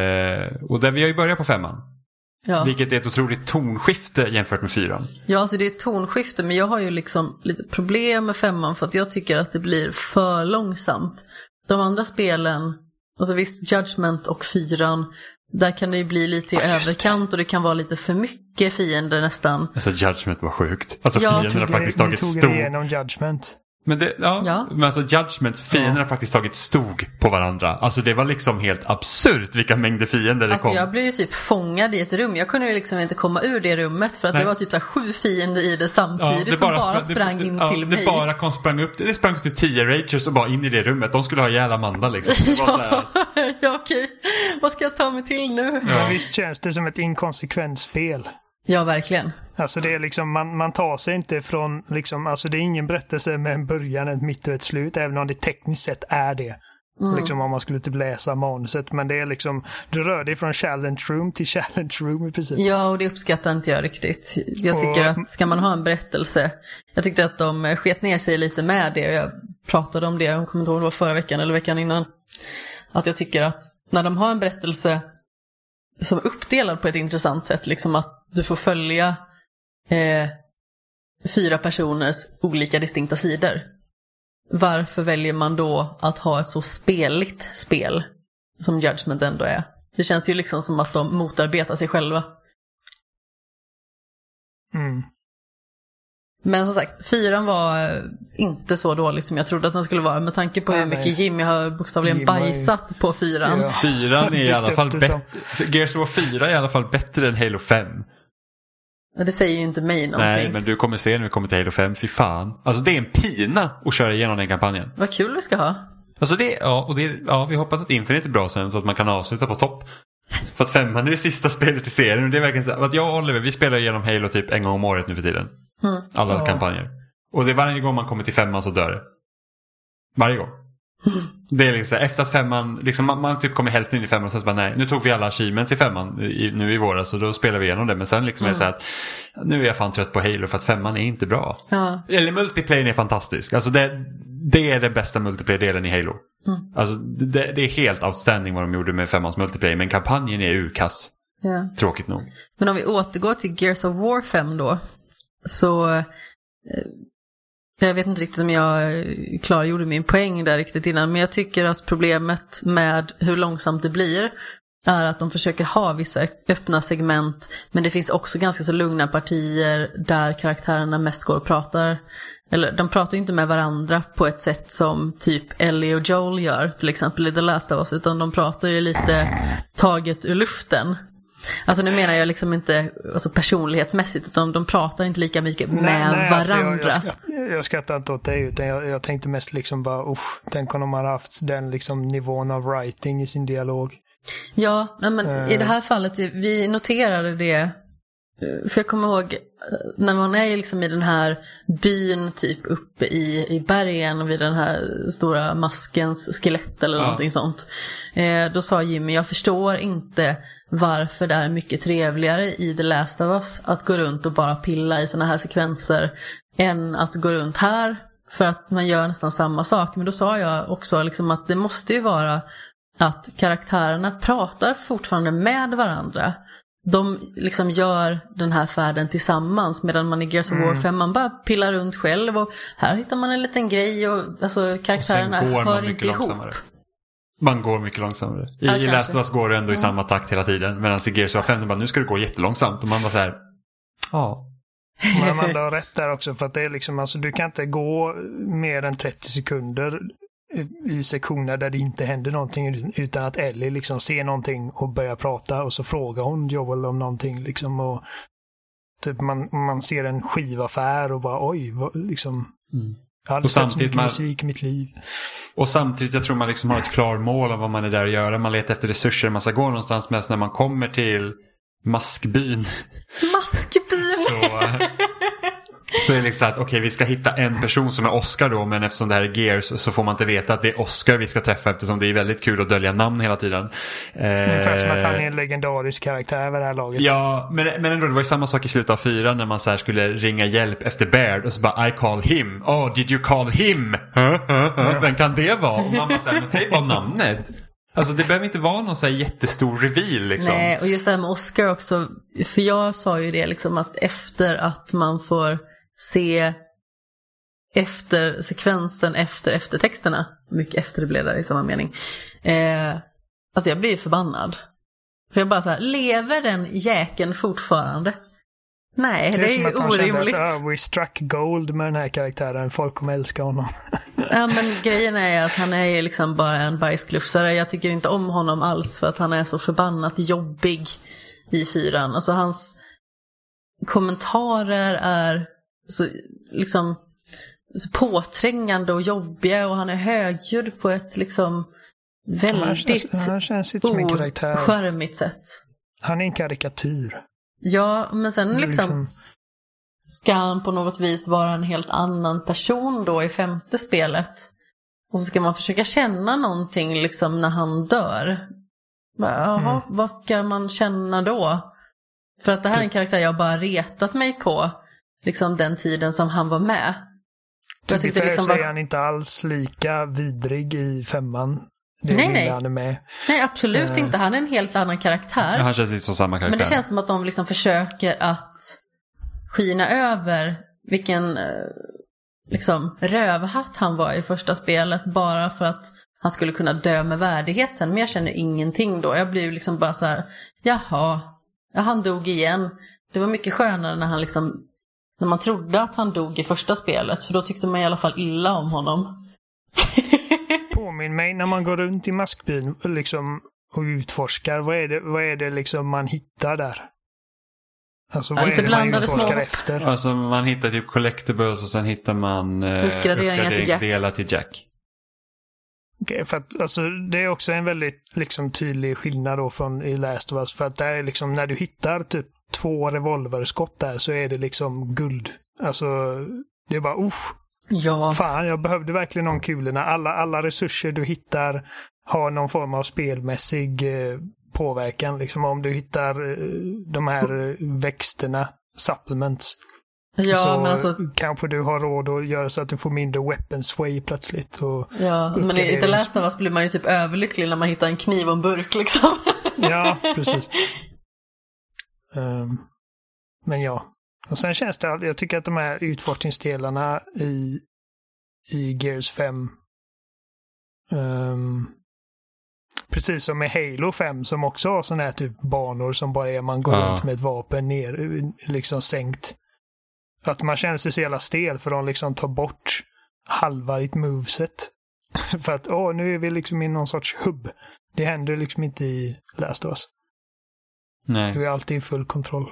Och där vi har ju börjat på 5. Ja. Vilket är ett otroligt tonskifte jämfört med 4. Ja, alltså det är ett tonskifte, men jag har ju liksom lite problem med 5 för att jag tycker att det blir för långsamt. De andra spelen, alltså visst, Judgment och 4, där kan det ju bli lite i överkant och det kan vara lite för mycket fiender nästan. Alltså Judgment var sjukt. Alltså fienderna praktiskt taget stod. Igenom Judgment. Men men alltså Judgment, fienderna praktiskt taget stod på varandra. Alltså det var liksom helt absurt vilka mängder fiender det kom. Jag blev ju typ fångad i ett rum. Jag kunde ju liksom inte komma ur det rummet för att det var typ så här 7 fiender i det samtidigt som bara sprang in till mig. Det bara sprang upp. Det sprang typ 10 ragers och bara in i det rummet. De skulle ha ihjäl Amanda liksom. Det var så här... Ja, okej. Vad ska jag ta mig till nu? Ja. Men visst känns det som ett inkonsekvent spel. Ja, verkligen. Alltså det är liksom, man tar sig inte från liksom, alltså det är ingen berättelse med en början, ett mitt och ett slut, även om det tekniskt sett är det. Liksom om man skulle typ läsa manuset, men det är liksom, du rör dig från challenge room till challenge room i princip. Ja, och det uppskattar inte jag riktigt. Jag tycker att ska man ha en berättelse, jag tyckte att de sket ner sig lite med det, och jag pratade om det, jag kommer inte ihåg om det var förra veckan eller veckan innan, att jag tycker att när de har en berättelse som är uppdelad på ett intressant sätt, liksom att du får följa 4 personers olika distinkta sidor. Varför väljer man då att ha ett så speligt spel som Judgment ändå är? Det känns ju liksom som att de motarbetar sig själva. Men som sagt, 4 var inte så dålig som jag trodde att den skulle vara. Med tanke på hur mycket Jimmy har bokstavligen bajsat på 4. Ja. 4 är i alla fall bättre. Gears of War 4 är i alla fall bättre än Halo 5. Det säger ju inte mig någonting. Nej, men du kommer se när vi kommer till Halo 5. Fy fan. Alltså det är en pina att köra igenom den kampanjen. Vad kul vi ska ha. Alltså vi hoppas att Infinite är bra sen så att man kan avsluta på topp. Fast 5 är det sista spelet i serien. Och det är verkligen så att jag och Oliver, vi spelar igenom Halo typ en gång om året nu för tiden. Alla kampanjer. Och det är varje gång man kommer till 5 så dör det. Varje gång. Det är liksom efter att 5 liksom man typ kommer hälften in i 5 och sen så bara nej, nu tog vi alla achievements i 5 nu i våras så då spelar vi igenom det, men sen liksom är det så att nu är jag fan trött på Halo för att 5 är inte bra. Eller multiplayer är fantastisk. Alltså det är den bästa multiplayer-delen i Halo. Alltså det är helt outstanding vad de gjorde med 5:ans multiplayer, men kampanjen är urkass. Tråkigt nog. Men om vi återgår till Gears of War 5 då, så Jag vet inte riktigt om jag klargjorde min poäng där riktigt innan, men jag tycker att problemet med hur långsamt det blir är att de försöker ha vissa öppna segment, men det finns också ganska så lugna partier där karaktärerna mest går och pratar. Eller de pratar ju inte med varandra på ett sätt som typ Ellie och Joel gör, till exempel i The Last of Us, utan de pratar ju lite taget ur luften. Alltså nu menar jag liksom inte alltså personlighetsmässigt, utan de pratar inte lika mycket med varandra. Jag skrattar inte åt det, utan jag tänkte mest liksom bara, tänk om de har haft den liksom nivån av writing i sin dialog. Ja, men i det här fallet, vi noterade det, för jag kommer ihåg när man är liksom i den här byn typ uppe i bergen vid den här stora maskens skelett eller någonting sånt. Då sa Jimmy, jag förstår inte varför det är mycket trevligare i The Last of Us att gå runt och bara pilla i såna här sekvenser än att gå runt här, för att man gör nästan samma sak. Men då sa jag också liksom att det måste ju vara att karaktärerna pratar fortfarande med varandra. De liksom gör den här färden tillsammans, medan man i Gears of War 5 man bara pillar runt själv, och här hittar man en liten grej och alltså karaktärerna hör inte ihop. Man går mycket långsammare. I Last of Us går det ändå i samma takt hela tiden, medan i Gears of War 5 bara, nu ska det gå jättelångsamt, och man bara så här, ja. Men man har rätt där också, för att det är liksom, alltså du kan inte gå mer än 30 sekunder i sektioner där det inte händer någonting utan att Ellie liksom ser någonting och börjar prata, och så frågar hon Joel om någonting liksom, och typ man ser en skivaffär och bara oj, liksom jag hade sett så mycket musik i mitt liv. Och samtidigt jag tror man liksom har ett klart mål om vad man är där att göra. Man letar efter resurser, man ska gå någonstans, men när man kommer till Maskbyn så är det liksom att okej, vi ska hitta en person som är Oscar då, men eftersom det här är Gears så får man inte veta att det är Oscar vi ska träffa, eftersom det är väldigt kul att dölja namn hela tiden. Ungefär som att han är en legendarisk karaktär vid det här laget. Ja, men ändå, det var ju samma sak i slutet av 4 när man så här skulle ringa hjälp efter Baird och så bara I call him. Oh, did you call him? Vem kan det vara? Och man bara så här, men säg bara namnet. Alltså det behöver inte vara någon så här jättestor reveal liksom. Nej, och just det här med Oscar också, för jag sa ju det liksom att efter att man får se efter sekvensen efter eftertexterna, mycket efter det blev där i samma mening, alltså jag blir ju förbannad, för jag bara så här, lever den jäkeln fortfarande? Nej, det är ju orimligt. We struck gold med den här karaktären, folk kommer älska honom. Ja, men grejen är att han är ju liksom bara en bajsklufsare. Jag tycker inte om honom alls, för att han är så förbannat jobbig i 4. Alltså hans kommentarer är så liksom så påträngande och jobbiga, och han är högljudd på ett liksom väldigt oskärmigt sätt. Han är en karikatyr. Ja, men sen liksom ska han på något vis vara en helt annan person då i 5:e spelet. Och så ska man försöka känna någonting liksom när han dör. Jaha, vad ska man känna då? För att det här är en karaktär jag bara retat mig på liksom den tiden som han var med. Jag tyckte liksom är han inte alls lika vidrig i 5:an. Nej. Han är med. Nej, absolut inte. Han är en helt annan karaktär. Ja, han känns lite som samma karaktär. Men det känns som att de liksom försöker att skina över vilken liksom rövhatt han var i första spelet, bara för att han skulle kunna dö med värdighet sen. Men jag känner ingenting då. Jag blir liksom bara så här, jaha, han dog igen. Det var mycket skönare när han liksom, när man trodde att han dog i första spelet, för då tyckte man i alla fall illa om honom. Påminn mig när man går runt i Maskbyn liksom och utforskar, vad är det liksom man hittar där? Alltså vad är det man utforskar efter? Alltså man hittar typ collectibles och sen hittar man uppgraderingsdelar till Jack. Okej, för att alltså det är också en väldigt liksom tydlig skillnad då från i Last of Us, för att där är liksom när du hittar typ 2 revolverskott där, så är det liksom guld. Alltså det är bara ja. Fan, jag behövde verkligen de kulorna. Alla resurser du hittar har någon form av spelmässig påverkan. Liksom om du hittar de här växterna, supplements, ja, så men alltså, kanske du har råd att göra så att du får mindre weapon sway plötsligt. Och ja, men i The Last of Us blir man ju typ överlycklig när man hittar en kniv och en burk liksom. Ja, precis. Men ja. Och sen känns det, jag tycker att de här utforskningsdelarna i Gears 5 precis som med Halo 5 som också har sådana här typ banor som bara är man går runt med ett vapen ner, liksom sänkt. Att man känner sig så jävla stel för att de liksom tar bort halva ditt moveset. För att nu är vi liksom i någon sorts hubb. Det händer liksom inte i Last of Us. Nej. Du är alltid i full kontroll.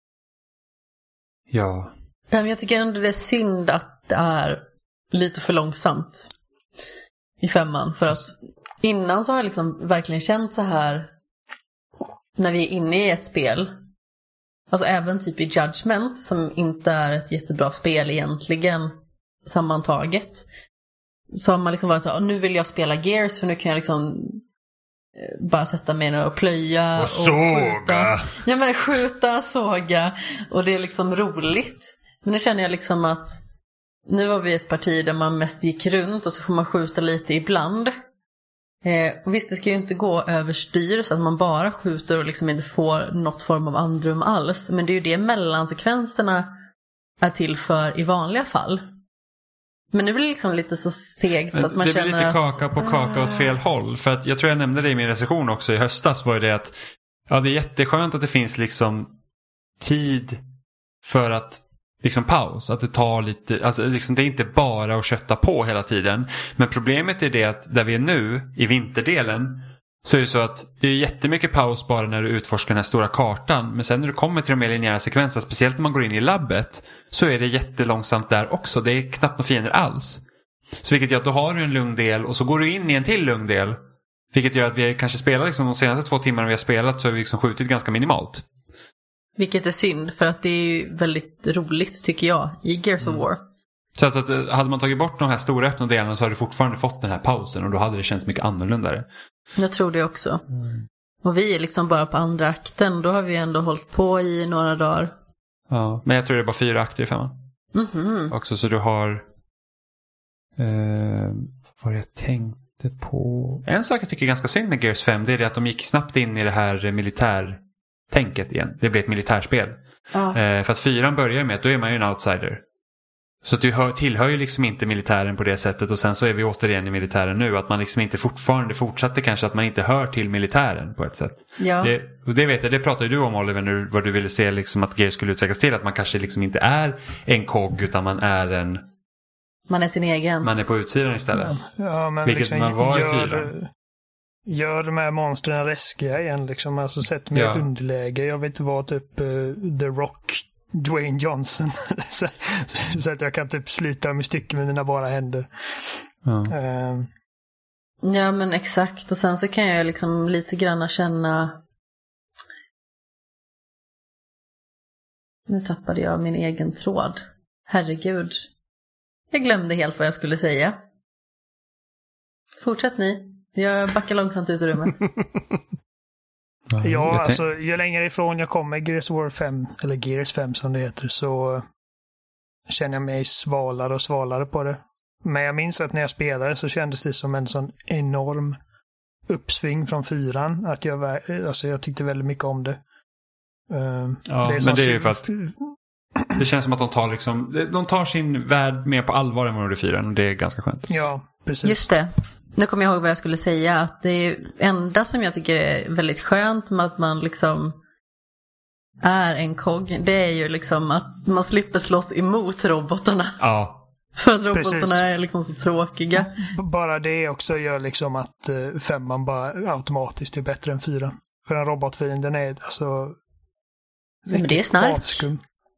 Ja. Men jag tycker ändå det är synd att det är lite för långsamt i 5:an. För att innan så har jag liksom verkligen känt så här när vi är inne i ett spel. Alltså även typ i Judgment som inte är ett jättebra spel egentligen sammantaget. Så har man liksom varit så här, nu vill jag spela Gears för nu kan jag liksom bara sätta mig ner och plöja och såga. Ja, men skjuta, såga. Och det är liksom roligt. Men nu känner jag liksom att nu var vi ett parti där man mest gick runt och så får man skjuta lite ibland. Och visst, det ska ju inte gå överstyr så att man bara skjuter och liksom inte får något form av andrum alls. Men det är ju det mellansekvenserna är till för i vanliga fall. Men nu blir det liksom lite så segt så att man känner att... Det blir lite kaka på kaka åt fel håll. För att jag tror jag nämnde det i min recension också i höstas var det att det är jätteskönt att det finns liksom tid för att liksom paus. Att det tar lite... Alltså liksom det är inte bara att kötta på hela tiden. Men problemet är det att där vi är nu i vinterdelen så är det så att det är jättemycket paus bara när du utforskar den här stora kartan. Men sen när du kommer till de mer linjära sekvenserna, speciellt när man går in i labbet, så är det jättelångsamt där också. Det är knappt några fiender alls. Så vilket gör att då har du en lugn del och så går du in i en till lugn del. Vilket gör att vi kanske spelar liksom de senaste 2 timmarna vi har spelat så har vi liksom skjutit ganska minimalt. Vilket är synd för att det är ju väldigt roligt tycker jag i Gears of War. Så att hade man tagit bort de här stora öppna delarna så hade du fortfarande fått den här pausen och då hade det känts mycket annorlunda. Jag tror det också. Och vi är liksom bara på andra akten. Då har vi ändå hållit på i några dagar. Ja, men jag tror det är bara 4 akter i 5:an. Också så du har vad jag tänkte på. En sak jag tycker är ganska synd med Gears 5 det är det att de gick snabbt in i det här militärtänket igen. Det blev ett militärspel. För att 4:an börjar med att då är man ju en outsider. Så att du tillhör ju liksom inte militären på det sättet och sen så är vi återigen i militären nu. Att man liksom inte fortsatte kanske att man inte hör till militären på ett sätt. Ja. Det vet jag, det pratade du om Oliver nu vad du ville se liksom att Gears skulle utvecklas till. Att man kanske liksom inte är en kog utan man är man är sin egen. Man är på utsidan istället. Ja, men vilket liksom man var i 4:an. Gör de här monstren läskiga igen liksom. Alltså sätt mig i ett underläge. Jag vet inte vad typ The Rock Dwayne Johnson så att jag kan typ slita dem i stycken med mina bara händer. Ja men exakt och sen så kan jag liksom lite granna känna nu tappade jag min egen tråd. Herregud. Jag glömde helt vad jag skulle säga. Fortsätt ni. Jag backar långsamt ut ur rummet. Ja, alltså ju längre ifrån jag kommer Gears of War 5, eller Gears 5 som det heter, så känner jag mig svalare och svalare på det. Men jag minns att när jag spelade så kändes det som en sån enorm uppsving från 4:an. Att jag tyckte väldigt mycket om det. Men det är ju för att det känns som att de tar sin värld mer på allvar än vad de gjorde i 4:an och det är ganska skönt. Ja, precis. Just det. Nu kommer jag ihåg vad jag skulle säga. Att det enda som jag tycker är väldigt skönt med att man liksom är en kog, det är ju liksom att man slipper slåss emot robotarna. Ja. För att robotarna är liksom så tråkiga. Bara det också gör liksom att 5:an bara automatiskt är bättre än 4:an. För en robotfienden är alltså... Men det är snark. Avskum.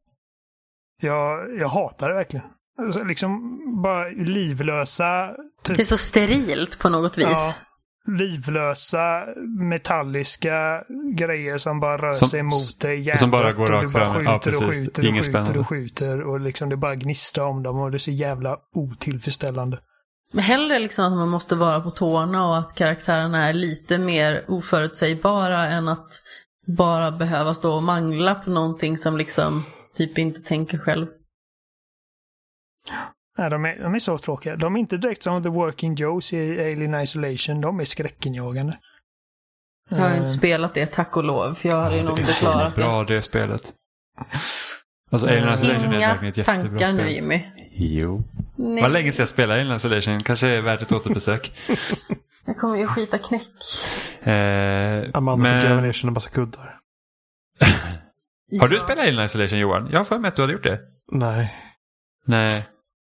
Jag hatar det verkligen. Alltså, liksom bara livlösa... Det är så sterilt på något vis. Ja, livlösa metalliska grejer som bara rör sig mot dig. Som bara går rakt fram. Ja, precis. Skjuter och liksom det bara gnistrar om dem och det är så jävla otillfredsställande. Men hellre liksom att man måste vara på tårna och att karaktärerna är lite mer oförutsägbara än att bara behöva stå och mangla på någonting som liksom typ inte tänker själv. Nej, de är så tråkiga. De är inte direkt som The Working Joes i Alien Isolation. De är skräckenjagande. Jag har inte spelat det, tack och lov. För jag hade ju nog inte klarat det. Bra det spelet. Alltså Alien Isolation är inga verkligen ett jättebra tankar spel. nu, Jimmy. Jo. Nej. Vad länge sedan jag spelade Alien Isolation. Kanske är värt ett återbesök. Jag kommer ju skita knäck. Amanda fick göra ner en massa kuddar. Har du spelat Alien Isolation, Johan? Jag har för mig att du hade gjort det. Nej.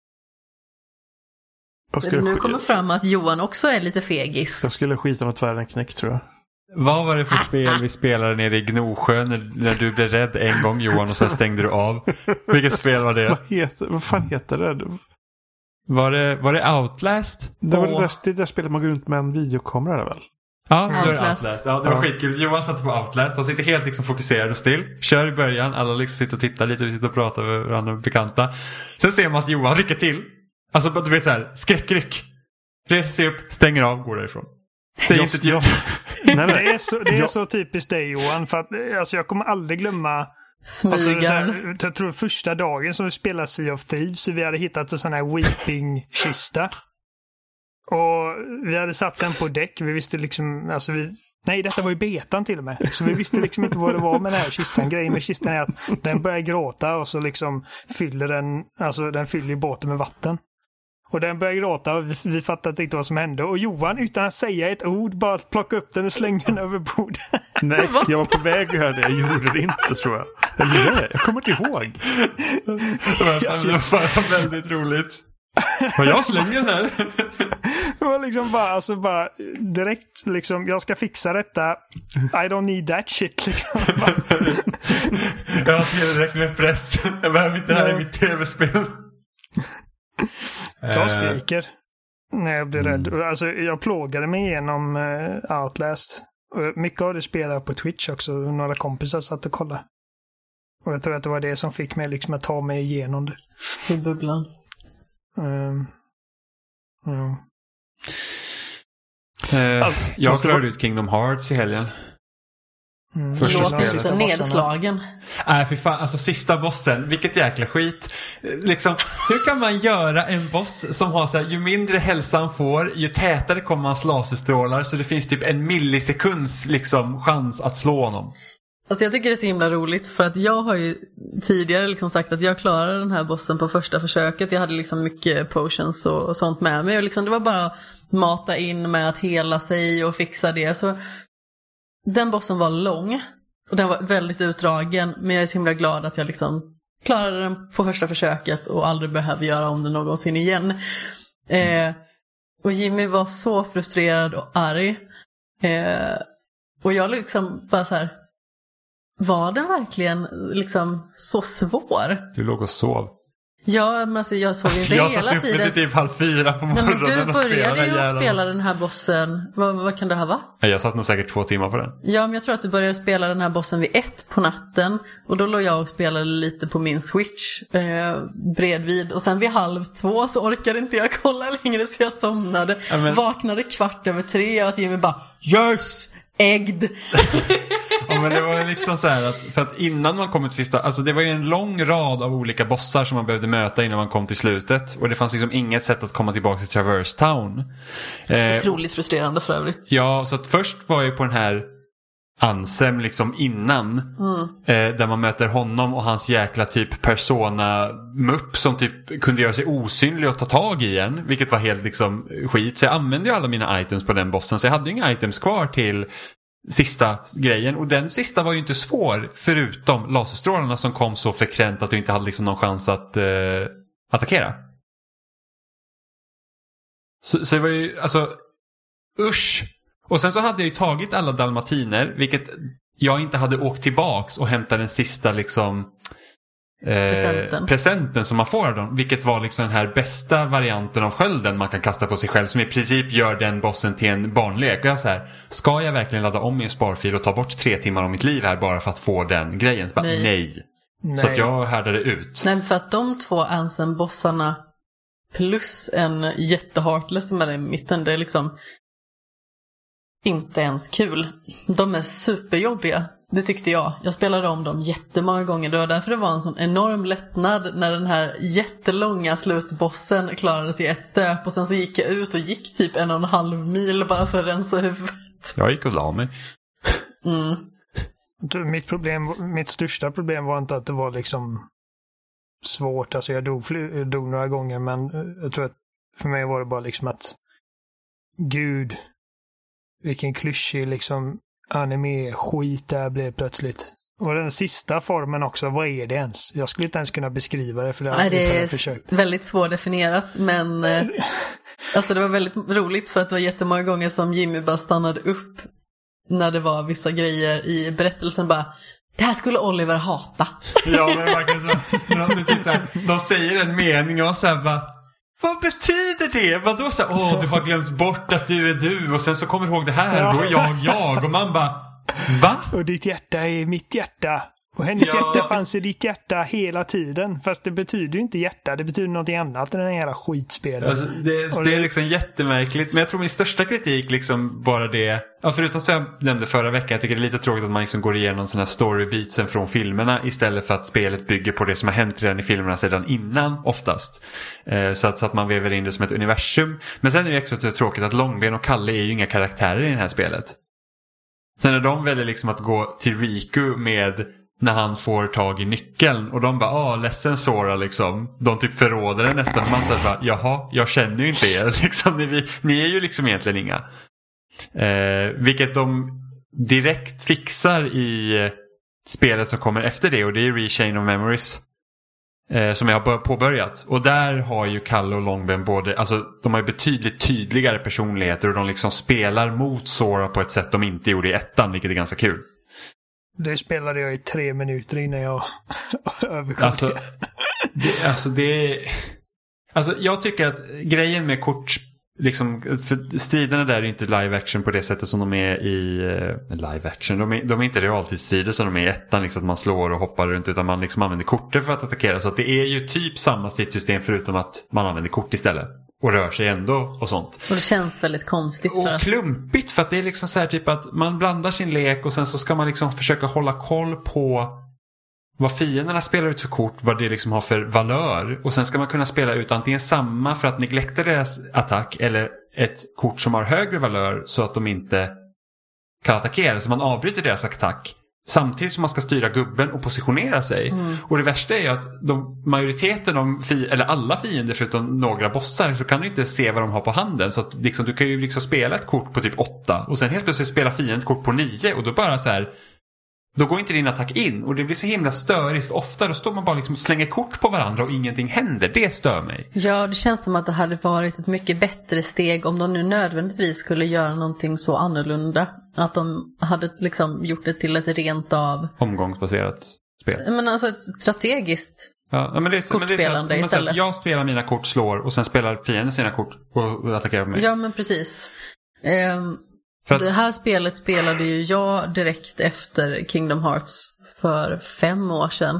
Nu kommer fram att Johan också är lite fegis. Jag skulle skita något värre än knäck, tror jag. Vad var det för spel vi spelade nere i Gnosjön när du blev rädd en gång, Johan, och sen stängde du av? Vilket spel var det? Vad fan heter det? Var det Outlast? Det var det där spelet man går runt med en videokamera, väl? Ja, det var Outlast. Ja, det var skitkul. Johan satt på Outlast. Han sitter helt liksom fokuserad och still. Kör i början. Alla liksom sitter och tittar lite. Vi sitter och pratar med varandra bekanta. Sen ser man att Johan rycker till. Alltså, du vet så här, skräckryck. Reser sig upp, stänger av, går därifrån. Säg inte till Johan. Det är så typiskt dig, Johan. För att, alltså, jag kommer aldrig glömma... Smygan. Jag tror första dagen som vi spelade Sea of Thieves, så vi hade hittat en sån här weeping-kista. Och vi hade satt den på däck. Vi visste liksom, alltså nej, detta var ju betan till och med. Så vi visste liksom inte vad det var med den här kistan. Grejen med kistan är att den börjar gråta och så liksom fyller den fyller båten med vatten. Och den börjar gråta och vi fattade inte riktigt vad som hände. Och Johan, utan att säga ett ord, bara plocka upp den och slänga den över bordet. Nej, jag var på väg att göra det. Jag gjorde det inte, tror jag. Jag kommer inte ihåg. Det var väldigt roligt. Och jag slänger den här. Det var liksom bara direkt liksom, jag ska fixa detta. I don't need that shit liksom. Jag har tillräckligt med press. Jag behöver inte det här i mitt tv-spel. Jag skriker när jag blir rädd. Alltså, jag plågade mig igenom Outlast. Och mycket av det spelade på Twitch också. Några kompisar satt och kollade. Och jag tror att det var det som fick mig liksom att ta mig igenom det. I bubblan. Jag klarade ut Kingdom Hearts i helgen. Första spelet. Nedslagen. Nej, för fan, alltså sista bossen, vilket jäkla skit. Liksom, hur kan man göra en boss som har så här, ju mindre hälsa han får, ju tätare kommer hans laserstrålar, så det finns typ en millisekunds liksom chans att slå honom. Alltså jag tycker det är så himla roligt, för att jag har ju tidigare liksom sagt att jag klarade den här bossen på första försöket. Jag hade liksom mycket potions och sånt med mig, och liksom det var bara mata in med att hela sig och fixa det. Så den bossen var lång och den var väldigt utdragen, men jag är så himla glad att jag liksom klarade den på första försöket och aldrig behöver göra om det någonsin igen. Och Jimmy var så frustrerad och arg. Och jag liksom bara så här, var den verkligen liksom så svår? Du låg och sov. Ja, men alltså jag såg inte hela tiden. Jag satt uppe till typ 3:30 på morgonen. Nej, men du började ju att spela den här bossen. Vad kan det ha varit? Jag satt nog säkert 2 timmar på den. Ja, men jag tror att du började spela den här bossen vid 1 på natten. Och då låg jag och spelade lite på min Switch bredvid. Och sen vid 1:30 så orkade inte jag kolla längre, så jag somnade. Vaknade 2:15 och att Jimmy bara, yes! Äggd. Ja, men det var liksom så här att, för att innan man kom till sista, alltså det var ju en lång rad av olika bossar som man behövde möta innan man kom till slutet, och det fanns liksom inget sätt att komma tillbaka till Traverse Town. Otroligt frustrerande för övrigt. Ja, så att först var jag på den här Ansem liksom innan, där man möter honom och hans jäkla typ persona-mupp som typ kunde göra sig osynlig och ta tag i en, vilket var helt liksom skit. Så jag använde ju alla mina items på den bossen, så jag hade ju inga items kvar till sista grejen, och den sista var ju inte svår förutom laserstrålarna som kom så frekvent att du inte hade liksom någon chans att attackera. Så det var ju, alltså usch. Och sen så hade jag ju tagit alla dalmatiner, vilket jag inte hade åkt tillbaks och hämtat den sista liksom presenten som man får av dem, vilket var liksom den här bästa varianten av skölden man kan kasta på sig själv, som i princip gör den bossen till en barnlek. Och jag så här, ska jag verkligen ladda om min sparfil och ta bort 3 timmar av mitt liv här bara för att få den grejen? Så bara, nej. Så att jag härdade ut. Nej, för att de 2 Ansem-bossarna plus en jätteheartless som är i mitten, det är liksom inte ens kul. De är superjobbiga. Det tyckte jag. Jag spelade om dem jättemånga gånger. Det var därför det var en sån enorm lättnad när den här jättelånga slutbossen klarades i ett stöp. Och sen så gick jag ut och gick typ 1,5 mil bara för att rensa huvudet. Jag gick och la mig. Mitt största problem var inte att det var liksom svårt. Alltså jag dog några gånger, men jag tror att för mig var det bara liksom att gud, vilken klyschig liksom anime-skit där blev plötsligt. Och den sista formen också, vad är det ens? Jag skulle inte ens kunna beskriva det för det är väldigt svårdefinierat, men alltså det var väldigt roligt för att det var jättemånga gånger som Jimmy bara stannade upp när det var vissa grejer i berättelsen bara, det här skulle Oliver hata. Ja, men verkligen så. De säger en mening och så här bara, vad betyder det? Vadå så här, du har glömt bort att du är du och sen så kommer du ihåg det här, då är jag och man bara, va? Och ditt hjärta är mitt hjärta. Och hennes hjärta fanns i ditt hjärta hela tiden. Fast det betyder ju inte hjärta, det betyder någonting annat än den jävla skitspelet. Alltså, det är liksom jättemärkligt. Men jag tror min största kritik liksom bara det, förutom som jag nämnde förra veckan, jag tycker det är lite tråkigt att man liksom går igenom såna här storybeatsen från filmerna istället för att spelet bygger på det som har hänt redan i filmerna sedan innan oftast. Så att man väver in det som ett universum. Men sen är det också tråkigt att Långben och Kalle är ju inga karaktärer i det här spelet. Sen är de väljer liksom att gå till Riku med när han får tag i nyckeln och de bara, ledsen Sora liksom. De typ förråder den nästan. Man säger bara, jaha, jag känner ju inte er liksom, ni är ju liksom egentligen inga. Vilket de direkt fixar i spelet som kommer efter det, och det är Rechain of Memories som jag har påbörjat. Och där har ju Kalle och Långben både, alltså de har ju betydligt tydligare personligheter och de liksom spelar mot Sora på ett sätt de inte gjorde i ettan, vilket är ganska kul. Det spelade jag i 3 minuter innan jag överkom. Alltså jag tycker att grejen med kort liksom, för striderna där är inte live action på det sättet som de är i live action. De är inte realtidsstrider som de är i ettan, liksom att man slår och hoppar runt, utan man liksom använder korten för att attackera. Så att det är ju typ samma stridssystem förutom att man använder kort istället. Och rör sig ändå och sånt. Och det känns väldigt konstigt. Och klumpigt, för att det är liksom så här typ att man blandar sin lek och sen så ska man liksom försöka hålla koll på vad fienderna spelar ut för kort, vad det liksom har för valör. Och sen ska man kunna spela ut antingen samma för att neglekta deras attack eller ett kort som har högre valör så att de inte kan attackera. Så man avbryter deras attack samtidigt som man ska styra gubben och positionera sig. Och det värsta är ju att majoriteten av eller alla fiender förutom några bossar, så kan du inte se vad de har på handen. Så att liksom, du kan ju liksom spela ett kort på typ 8 och sen helt plötsligt spela fienden kort på 9 och då bara så här, då går inte din attack in. Och det blir så himla störigt, för ofta då står man bara liksom och slänger kort på varandra och ingenting händer. Det stör mig. Ja, det känns som att det hade varit ett mycket bättre steg om de nu nödvändigtvis skulle göra någonting så annorlunda. Att de hade liksom gjort det till ett rent av omgångsbaserat spel. Men alltså ett strategiskt kortspelande istället. Jag spelar mina kort, slår, och sen spelar fienden sina kort och attackerar mig. Ja, men precis. Det här spelet spelade ju jag direkt efter Kingdom Hearts för 5 år sedan.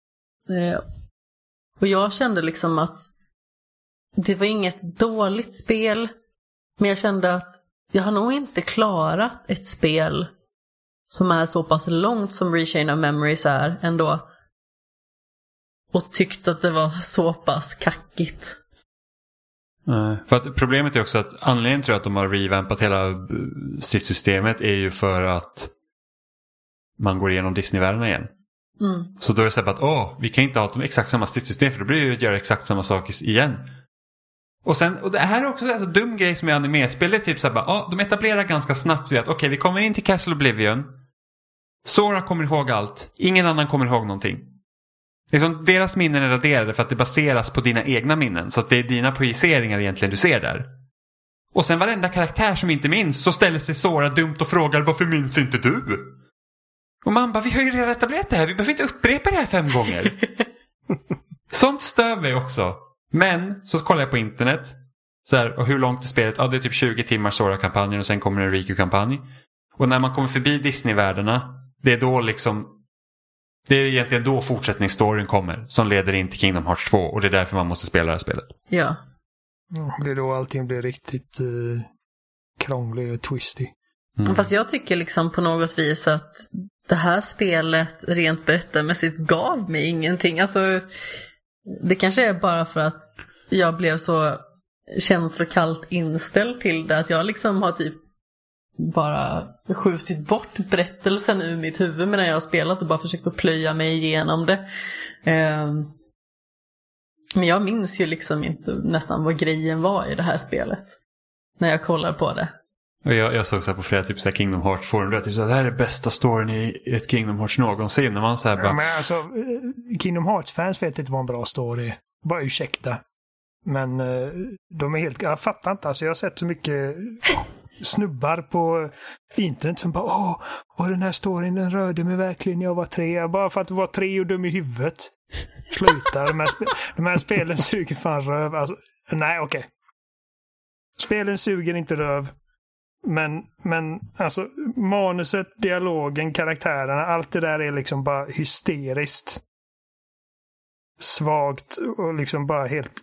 Och jag kände liksom att det var inget dåligt spel, men jag kände att jag har nog inte klarat ett spel som är så pass långt som Rechain of Memories är ändå, och tyckte att det var så pass kackigt. För att problemet är också att anledningen tror jag att de har revampat hela stridssystemet är ju för att man går igenom Disney-världen igen. Så då är det så att vi kan inte ha exakt samma stridssystem, för då blir det ju att göra exakt samma saker igen. Och det här är också en så dum grej som i anime-spel, typ så här, de etablerar ganska snabbt att okej, vi kommer in till Castle Oblivion, Sora kommer ihåg allt, ingen annan kommer ihåg någonting. Liksom, deras minnen är raderade för att det baseras på dina egna minnen. Så att det är dina projiceringar egentligen du ser där. Och sen varenda karaktär som inte minns, så ställer sig Sora dumt och frågar, varför minns inte du? Och man bara, vi har ju redan etablerat det här, vi behöver inte upprepa det här 5 gånger. Sånt stör mig också. Men så kollar jag på internet så här, och hur långt är spelet? Det är typ 20 timmar Sora-kampanjen och sen kommer en Riku-kampanj. Och när man kommer förbi Disney-världarna, det är då liksom, det är egentligen då fortsättningsstoryn kommer, som leder in till Kingdom Hearts 2. Och det är därför man måste spela det här spelet. Ja. Det är då allting blir riktigt krångligt och twisty. Fast jag tycker liksom på något vis att det här spelet rent berättarmässigt gav mig ingenting. Alltså, det kanske är bara för att jag blev så känslokallt inställd till det, att jag liksom har typ bara skjutit bort berättelsen ur mitt huvud medan jag har spelat och bara försökt att plöja mig igenom det. Men jag minns ju liksom inte nästan vad grejen var i det här spelet. När jag kollar på det. Och jag såg så här på flera typ så här Kingdom Hearts forum. Typ så här, det här är bästa storyn i ett Kingdom Hearts någonsin. När man så här bara... Men alltså, Kingdom Hearts-fans vet inte vad en bra story. Bara ursäkta. Men de är helt... Jag fattar inte. Alltså, jag har sett så mycket snubbar på internet som bara den här storyn, den rörde mig verkligen när jag var 3. Bara för att du var 3 och dum i huvudet. Sluta. De här spelen suger fan röv. Alltså, nej, okej. Spelen suger inte röv. Men alltså manuset, dialogen, karaktärerna, allt det där är liksom bara hysteriskt svagt och liksom bara helt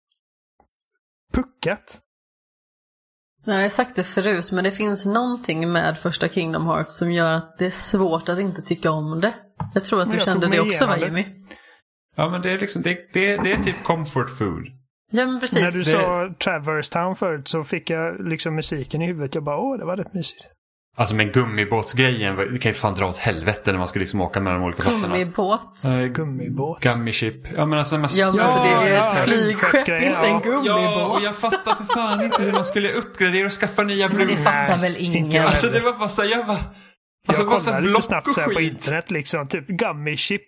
puckat. Jag har sagt det förut, men det finns någonting med första Kingdom Hearts som gör att det är svårt att inte tycka om det. Jag tror att du kände det också, va, Jimmy? Ja, men det är liksom det är typ comfort food. Ja, men precis. När du sa Traverse Town förut så fick jag liksom musiken i huvudet. Jag bara, det var rätt mysigt. Alltså med gummibåtsgrejen, det kan ju fan dra åt helvete när man ska liksom åka mellan de olika platserna. Gummibåt. Gummiship. Ja, men alltså när man... Ja, men alltså det är ju ett flygskepp, inte en gummibåt. Ja, och jag fattar för fan inte hur man skulle uppgradera och skaffa nya blommor. Men det fattar väl ingen. Alltså det var bara så jag var... Alltså, jag kollade lite snabbt så här på internet liksom, typ Gummy Ship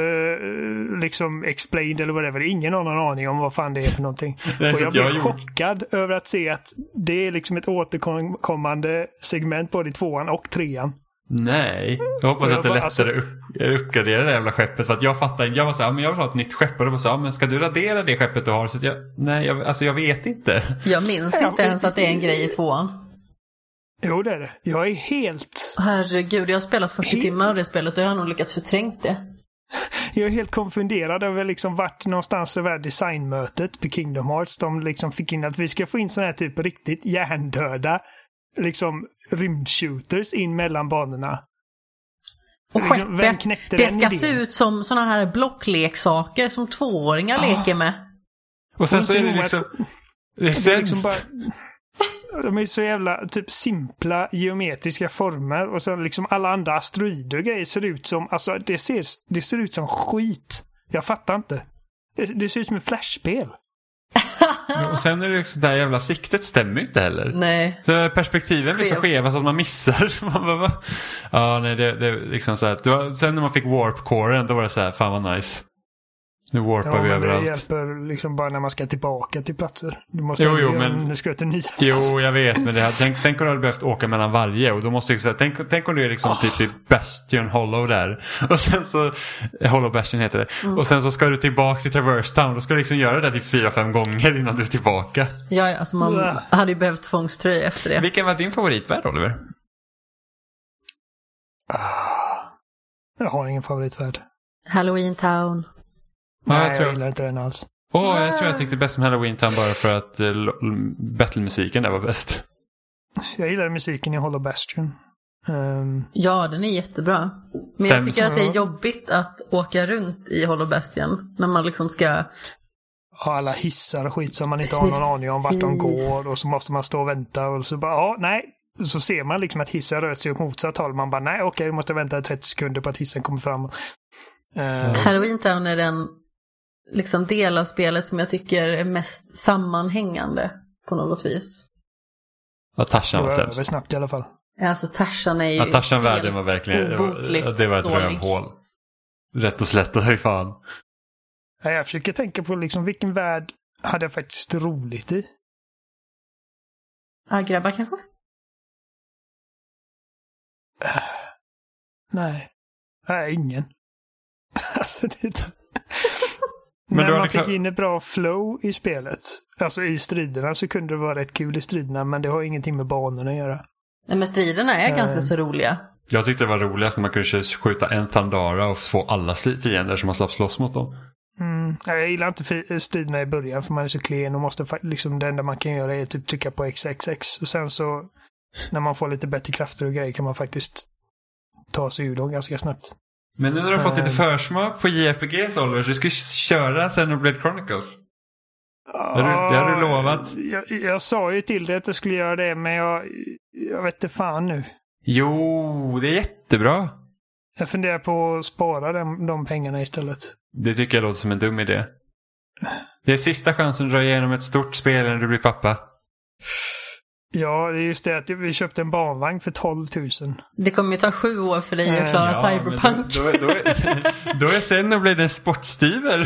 liksom explained eller whatever. Ingen har någon aning om vad fan det är för någonting. Och jag blev chockad över att se att det är liksom ett återkommande segment både i 2:an och 3:an. Nej, jag hoppas att det är lättare att uppgradera det jävla skeppet. För att jag fattar, jag var så här, men jag vill ha ett nytt skepp. Och det var så här, men ska du radera det skeppet du har? Så att jag vet inte. Jag minns inte ens att det är en grej i 2:an. Jo, det är det. Jag är helt... Herregud, jag har spelat 40 timmar av det spelet och jag har nog lyckats förträngt det. Jag är helt konfunderad över liksom vart någonstans över designmötet på Kingdom Hearts. De liksom fick in att vi ska få in sån här typ riktigt hjärndöda liksom rymdshooters in mellan banorna. Och skeppet, det ska se ut som såna här blockleksaker som 2-åringar leker med. Och sen så är det liksom... Det är liksom bara... De är så jävla typ simpla geometriska former och så liksom alla andra asteroider och grejer ser ut som, alltså det ser ut som skit. Jag fattar inte. Det ser ut som ett flashspel. Och sen är det också där jävla siktet stämmer inte heller. Nej. Så perspektiven blir så skeva så att man missar. Ja, nej, det är liksom så här. Sen när man fick warp-coren då var det så här, fan vad nice. Nu warpar vi överallt. Det hjälper liksom bara när man ska tillbaka till platser. Du måste nu ska till nya platser. Jo, jag vet, men tänk om du hade behövt åka mellan varje och då måste du säga, tänk om du är liksom typ i Bastion Hollow där. Och sen så Hollow Bastion heter det. Och sen så ska du tillbaka till Traverse Town. Då ska du liksom göra det typ 4-5 gånger innan du är tillbaka. Ja, alltså man hade ju behövt tvångströja efter det. Vilken var din favoritvärld, Oliver? Jag har ingen favoritvärld. Halloween Town. Nej, jag gillar inte den alls. Jag tror jag tyckte bäst om Halloween Town bara för att battle-musiken där var bäst. Jag gillar musiken i Hollow Bastion. Ja, den är jättebra. Men jag tycker att det är jobbigt att åka runt i Hollow Bastion när man liksom ska... Ha alla hissar och skit som man inte har någon aning om vart de går och så måste man stå och vänta och så bara, nej. Så ser man liksom att hissen rör sig åt motsatt håll. Man bara, nej, okej, du måste vänta 30 sekunder på att hissen kommer fram. Halloween Town är den liksom del av spelet som jag tycker är mest sammanhängande på något vis. Ja, Tarzan var sämst. Det var snabbt i alla fall. Alltså Tarzan är ju Tarzan-världen var verkligen det var ett rövhål. Rätt och slätt, hej fan. Jag försöker tänka på liksom vilken värld hade jag faktiskt roligt i. Grabbar kanske? Nej, ingen. Alltså, men när man fick in ett bra flow i spelet, alltså i striderna, så kunde det vara rätt kul i striderna, men det har ingenting med banorna att göra. Nej, men striderna är ganska så roliga. Jag tyckte det var roligast när man kunde skjuta en Thundara och få alla fiender som man slapp slåss mot dem. Jag gillar inte striderna i början för man är så klen och måste liksom, det enda man kan göra är typ trycka på XXX och sen så när man får lite bättre krafter och grejer kan man faktiskt ta sig ur dem ganska snabbt. Men nu när du har fått lite försmak på JRPGs, Oliver, så du ska köra Xenoblade Chronicles. Det har du lovat. Jag sa ju till dig att jag skulle göra det, men jag vet inte fan nu. Jo, det är jättebra. Jag funderar på att spara de pengarna istället. Det tycker jag låter som en dum idé. Det är sista chansen att dra igenom ett stort spel när du blir pappa. Ja, det är just det att vi köpte en barnvagn för 12 000. Det kommer ju ta 7 år för dig att klara Cyberpunk. Då är sen och blir det en sportstiver.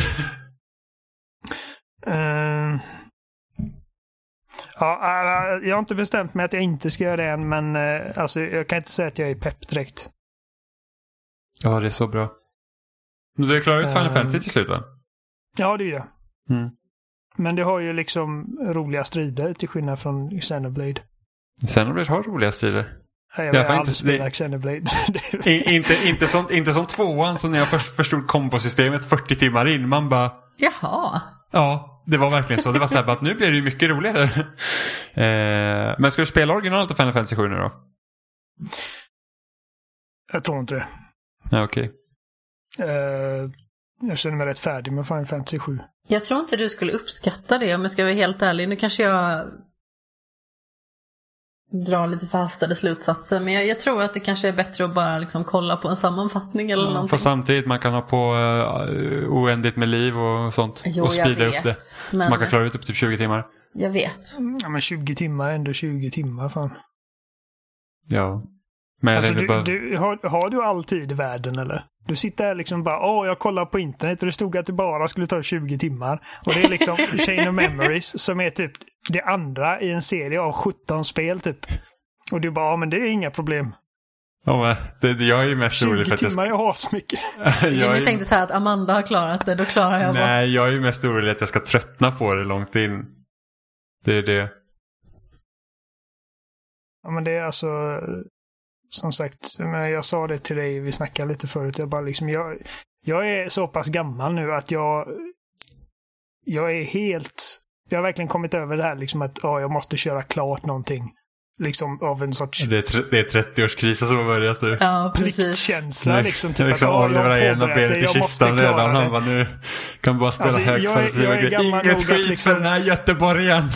Ja, jag har inte bestämt mig att jag inte ska göra det än, men alltså, jag kan inte säga att jag är pepp direkt. Ja, det är så bra. Men du är klar ut Final Fantasy till slut, va? Ja, det är det. Mm. Men det har ju liksom roliga strider till skillnad från Xenoblade. Xenoblade har roliga strider. Jag har aldrig spelat Xenoblade. inte som 2:an, så när jag först förstod kombosystemet 40 timmar in. Man bara... Jaha. Ja, det var verkligen så. Det var så här att nu blir det ju mycket roligare. Men ska du spela originalet av Final Fantasy 7 nu då? Jag tror inte det. Ja, okej. Jag känner mig rätt färdig med Final Fantasy 7. Jag tror inte du skulle uppskatta det, om jag ska vara helt ärlig. Nu kanske jag drar lite fastare slutsatser, men jag tror att det kanske är bättre att bara liksom kolla på en sammanfattning eller någonting. För samtidigt man kan ha på oändligt med liv och sånt. Jo, och speeda upp det. Men... Så man kan klara ut upp typ 20 timmar. Jag vet. Ja, men 20 timmar är ändå 20 timmar, fan. Ja. Men alltså, bara... har du all tid i världen, eller? Du sitter här liksom bara, jag kollar på internet och det stod att det bara skulle ta 20 timmar. Och det är liksom Chain of Memories som är typ det andra i en serie av 17 spel typ. Och du bara, men det är inga problem. Ja, jag är ju mest orolig för att 20 timmar är asmycket. Jag tänkte så här att Amanda har klarat det, då klarar jag. Nej, jag är ju mest orolig att jag ska tröttna på det långt in. Det är det. Ja, men det är alltså... Som sagt, jag sa det till dig, vi snackade lite förut. Jag bara liksom, jag är så pass gammal nu att jag är helt... Jag har verkligen kommit över det här liksom att jag måste köra klart någonting. Liksom av en sorts... Det är 30-årskrisen som har börjat nu. Ja, precis. Pliktkänsla liksom. Typ liksom Oliver har ena benet i kistan redan. Han var nu kan bara spela alltså, högt. Inget skit liksom... för den här göteborgaren.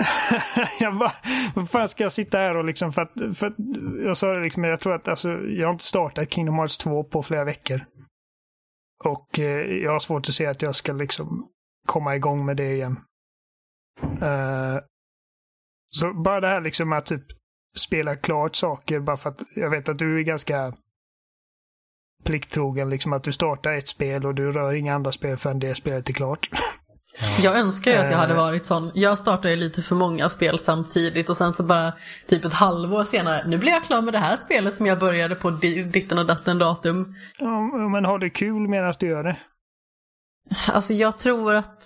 Vad fan ska jag sitta här och liksom för att jag sa det liksom, jag tror att alltså, jag har inte startat Kingdom Hearts 2 på flera veckor. Och jag har svårt att se att jag ska liksom komma igång med det igen. Så bara det här liksom att typ spela klart saker bara för att jag vet att du är ganska plikttrogen liksom, att du startar ett spel och du rör inga andra spel förrän det spelet är klart. Jag önskar ju att jag hade varit sån. Jag startade ju lite för många spel samtidigt och sen så bara typ ett halvår senare, nu blir jag klar med det här spelet som jag började på ditten och datten datum. Ja, men har du kul medan du gör det? Alltså jag tror att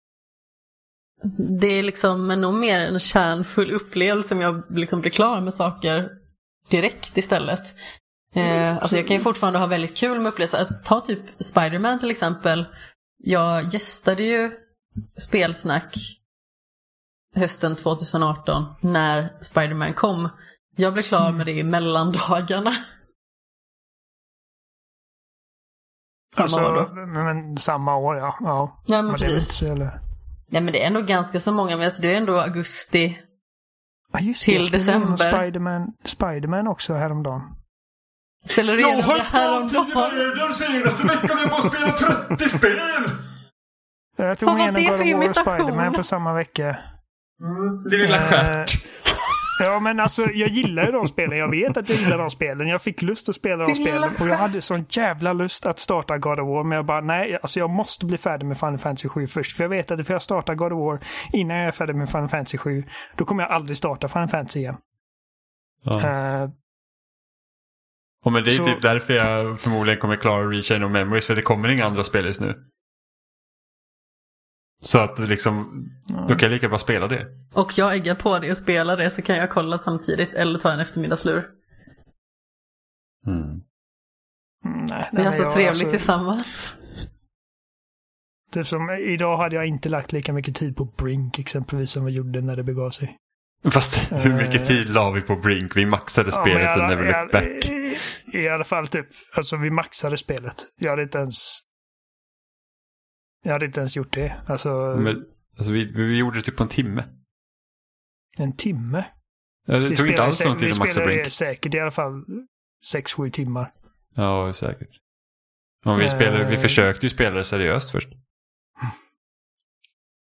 det är liksom nog mer en kärnfull upplevelse om jag liksom blir klar med saker direkt istället. Alltså jag kan ju fortfarande ha väldigt kul med upplevelser. Ta typ Spider-Man till exempel. Jag gästade ju Spelsnack hösten 2018 när Spider-Man kom. Jag blev klar med det i mellandagarna. Samma år då? Men samma år, ja. Ja, men precis. Ja, men det är ändå ganska så många. Men alltså, det är ändå augusti till december. Spider-Man också häromdagen. Spelar du igenom det häromdagen? Den senaste veckan är bara spela 30 spel! Jag tog med en God of War och Spider-Man på samma vecka. Det är lilla stjärt. Ja, men alltså jag gillar ju de spelen. Jag vet att jag gillar de spelen. Jag fick lust att spela de spelen. Och jag hade sån jävla lust att starta God of War. Men jag bara, nej, alltså jag måste bli färdig med Final Fantasy 7 först. För jag vet att ifall jag startar God of War innan jag är färdig med Final Fantasy 7, då kommer jag aldrig starta Final Fantasy igen. Ja. Men det är typ därför jag förmodligen kommer klara Chain of Memories. För det kommer inga andra spel just nu. Så att liksom, då kan jag lika bra spela det. Och jag äggar på det och spelar det, så kan jag kolla samtidigt eller ta en eftermiddagslur. Nej, vi har så trevligt tillsammans. Typ som idag hade jag inte lagt lika mycket tid på Brink exempelvis som vi gjorde när det begav sig. Fast hur mycket tid la vi på Brink? Vi maxade spelet och never looked back. I alla fall typ, alltså vi maxade spelet. Jag hade inte ens gjort det. Alltså vi gjorde det typ på en timme. En timme? Ja, det tog inte alls någon tid att maxa Brink. Vi säkert i alla fall 6-7 timmar. Ja, säkert. Om vi försökte ju spela det seriöst först.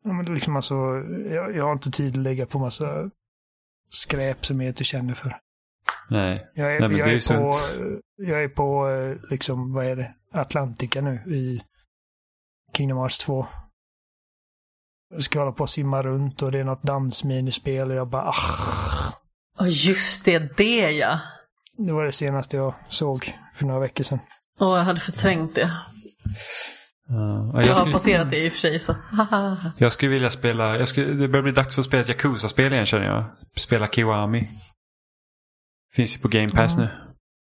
Ja, men det är liksom alltså, jag har inte tid att lägga på massa skräp som jag inte känner för. Nej. Jag är på liksom, vad är det? Atlantica nu i Kingdom Hearts 2. Jag ska hålla på och simma runt och det är något dansminispel och jag bara just det ja. Det var det senaste jag såg för några veckor sedan. Jag hade förträngt det. Jag har passerat det i och för sig så. Jag skulle vilja spela, det börjar bli dags för att spela ett Yakuza-spel igen, känner jag. Spela Kiwami. Finns ju på Game Pass nu.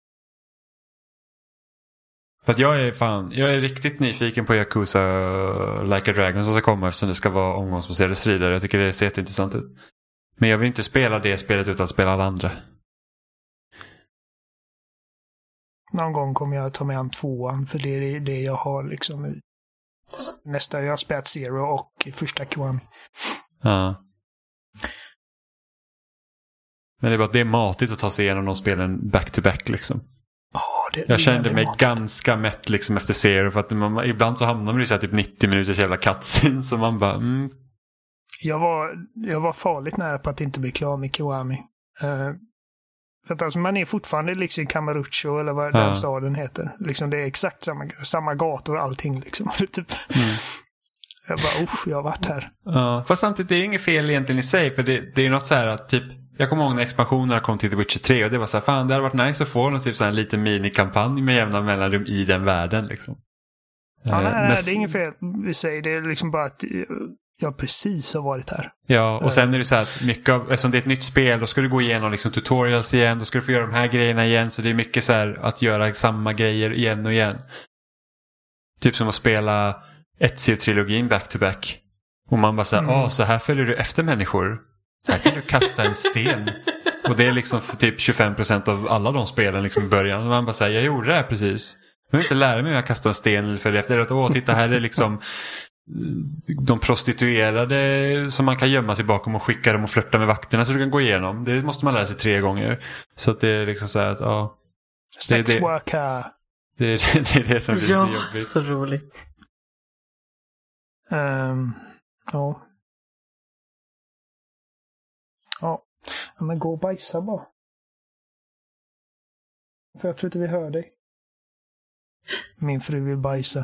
För att jag är riktigt nyfiken på Yakuza Like a Dragon som ska komma, eftersom det ska vara omgångsbaserade strider. Jag tycker det ser jätteintressant ut. Men jag vill inte spela det spelet utan att spela alla andra. Någon gång kommer jag ta med an 2:an, för det är det jag har liksom i nästa. Jag har spelat Zero och första Kiwami. Ja. Men det är bara att det är matigt att ta sig igenom de spelen back-to-back liksom. Jag kände mig ganska mätt liksom efter Zero, för att ibland så hamnar man i så här typ 90 minuters jävla cutscene, så man bara Jag var farligt nära på att inte bli klar med Kiwami. För att alltså man är fortfarande liksom i Kamurocho eller vad den staden heter. Liksom det är exakt samma gator och allting liksom. Typ. Jag bara, jag har varit här. Ja, fast samtidigt det är inget fel egentligen i sig, för det är något så här att typ, jag kommer ihåg när expansionerna kom till The Witcher 3 och det var så här, fan det hade varit nice att få typ så här en liten minikampanj med jämna mellanrum i den världen liksom. Ja, nej, det är inget fel vi säger, det är liksom bara att jag precis har varit här. Ja, och sen är det så här att mycket av, eftersom det är ett nytt spel, då ska du gå igenom liksom tutorials igen, då ska du få göra de här grejerna igen, så det är mycket så här att göra samma grejer igen och igen. Typ som att spela Ezio-trilogin back-to-back. Och man bara säger, så här följer du efter människor. Här kan du kasta en sten. Och det är liksom för typ 25% av alla de spelen liksom i början. Och man bara säger, jag gjorde det här precis. Jag vill inte lära mig att kasta en sten eller följa efter. Att titta, här är liksom de prostituerade som man kan gömma sig bakom och skicka dem och flirta med vakterna så du kan gå igenom. Det måste man lära sig 3 gånger. Så att det är liksom så här att, Sexworker. Det är det som blir jobbigt. Ja, så roligt. Ja. Ja, men gå och bajsa bara. För jag tror inte vi hör dig. Min fru vill bajsa.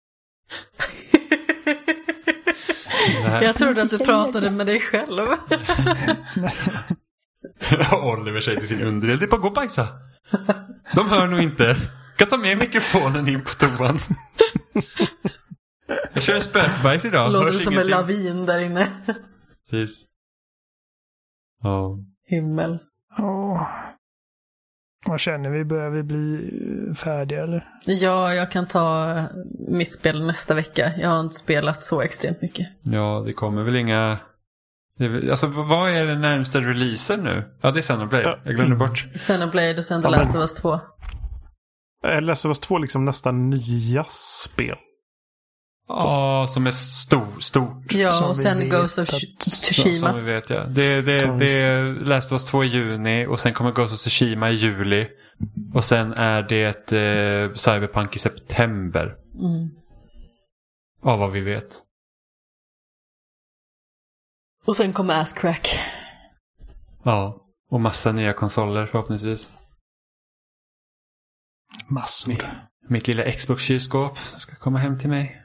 Jag trodde att du pratade med dig själv. Oliver säger till sin underdel, det är bara gå och bajsa. De hör nog inte. Jag kan ta med mikrofonen in på toan. Jag kör en spökbajs idag. Låter det som en lavin där inne. Precis. Himmel. Vad känner vi? Börjar vi bli färdiga eller? Ja, jag kan ta mitt spel nästa vecka. Jag har inte spelat så extremt mycket. Ja, det kommer väl inga... Alltså, vad är den närmsta releasen nu? Ja, det är Xenoblade. Jag glömde bort. Xenoblade och sen The Last of Us 2. Last of Us 2 liksom nästan nya spel. Ja, som är stort. Ja, som och sen Ghost of Tsushima. Som vi vet, ja. Det är Last of Us 2 i juni och sen kommer Ghost of Tsushima i juli. Och sen är det Cyberpunk i september. Av vad vi vet. Och sen kommer Asscrack. Ja, och massa nya konsoler förhoppningsvis. Massor. Mitt lilla Xbox-kylskåp ska komma hem till mig.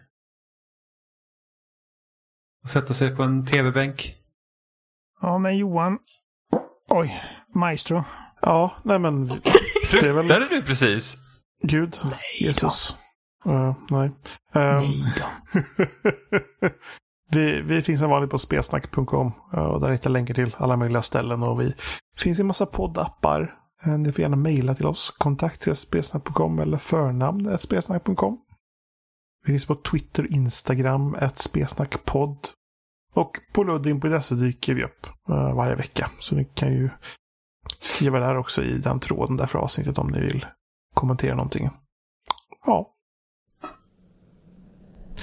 Och sätta sig på en tv-bänk. Ja, men Johan. Oj, Maestro. Ja, nej men... Det är väl... Där är du precis. Gud, nej, Jesus. Nej. Nej då. Vi finns som vanligt på spelsnack.com och där hittar länkar till alla möjliga ställen och vi finns i en massa poddappar. Ni får gärna mejla till oss, kontakt@spelsnack.com eller förnamn@spelsnack.com. Vi finns på Twitter, Instagram @spelsnackpodd och på Ludding.se dyker vi upp varje vecka. Så ni kan ju skriva där också i den tråden där för avsnittet om ni vill kommentera någonting. Ja.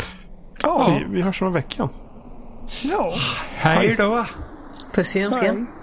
Vi hörs om en vecka. Ja. Hej då. Puss i ömskan.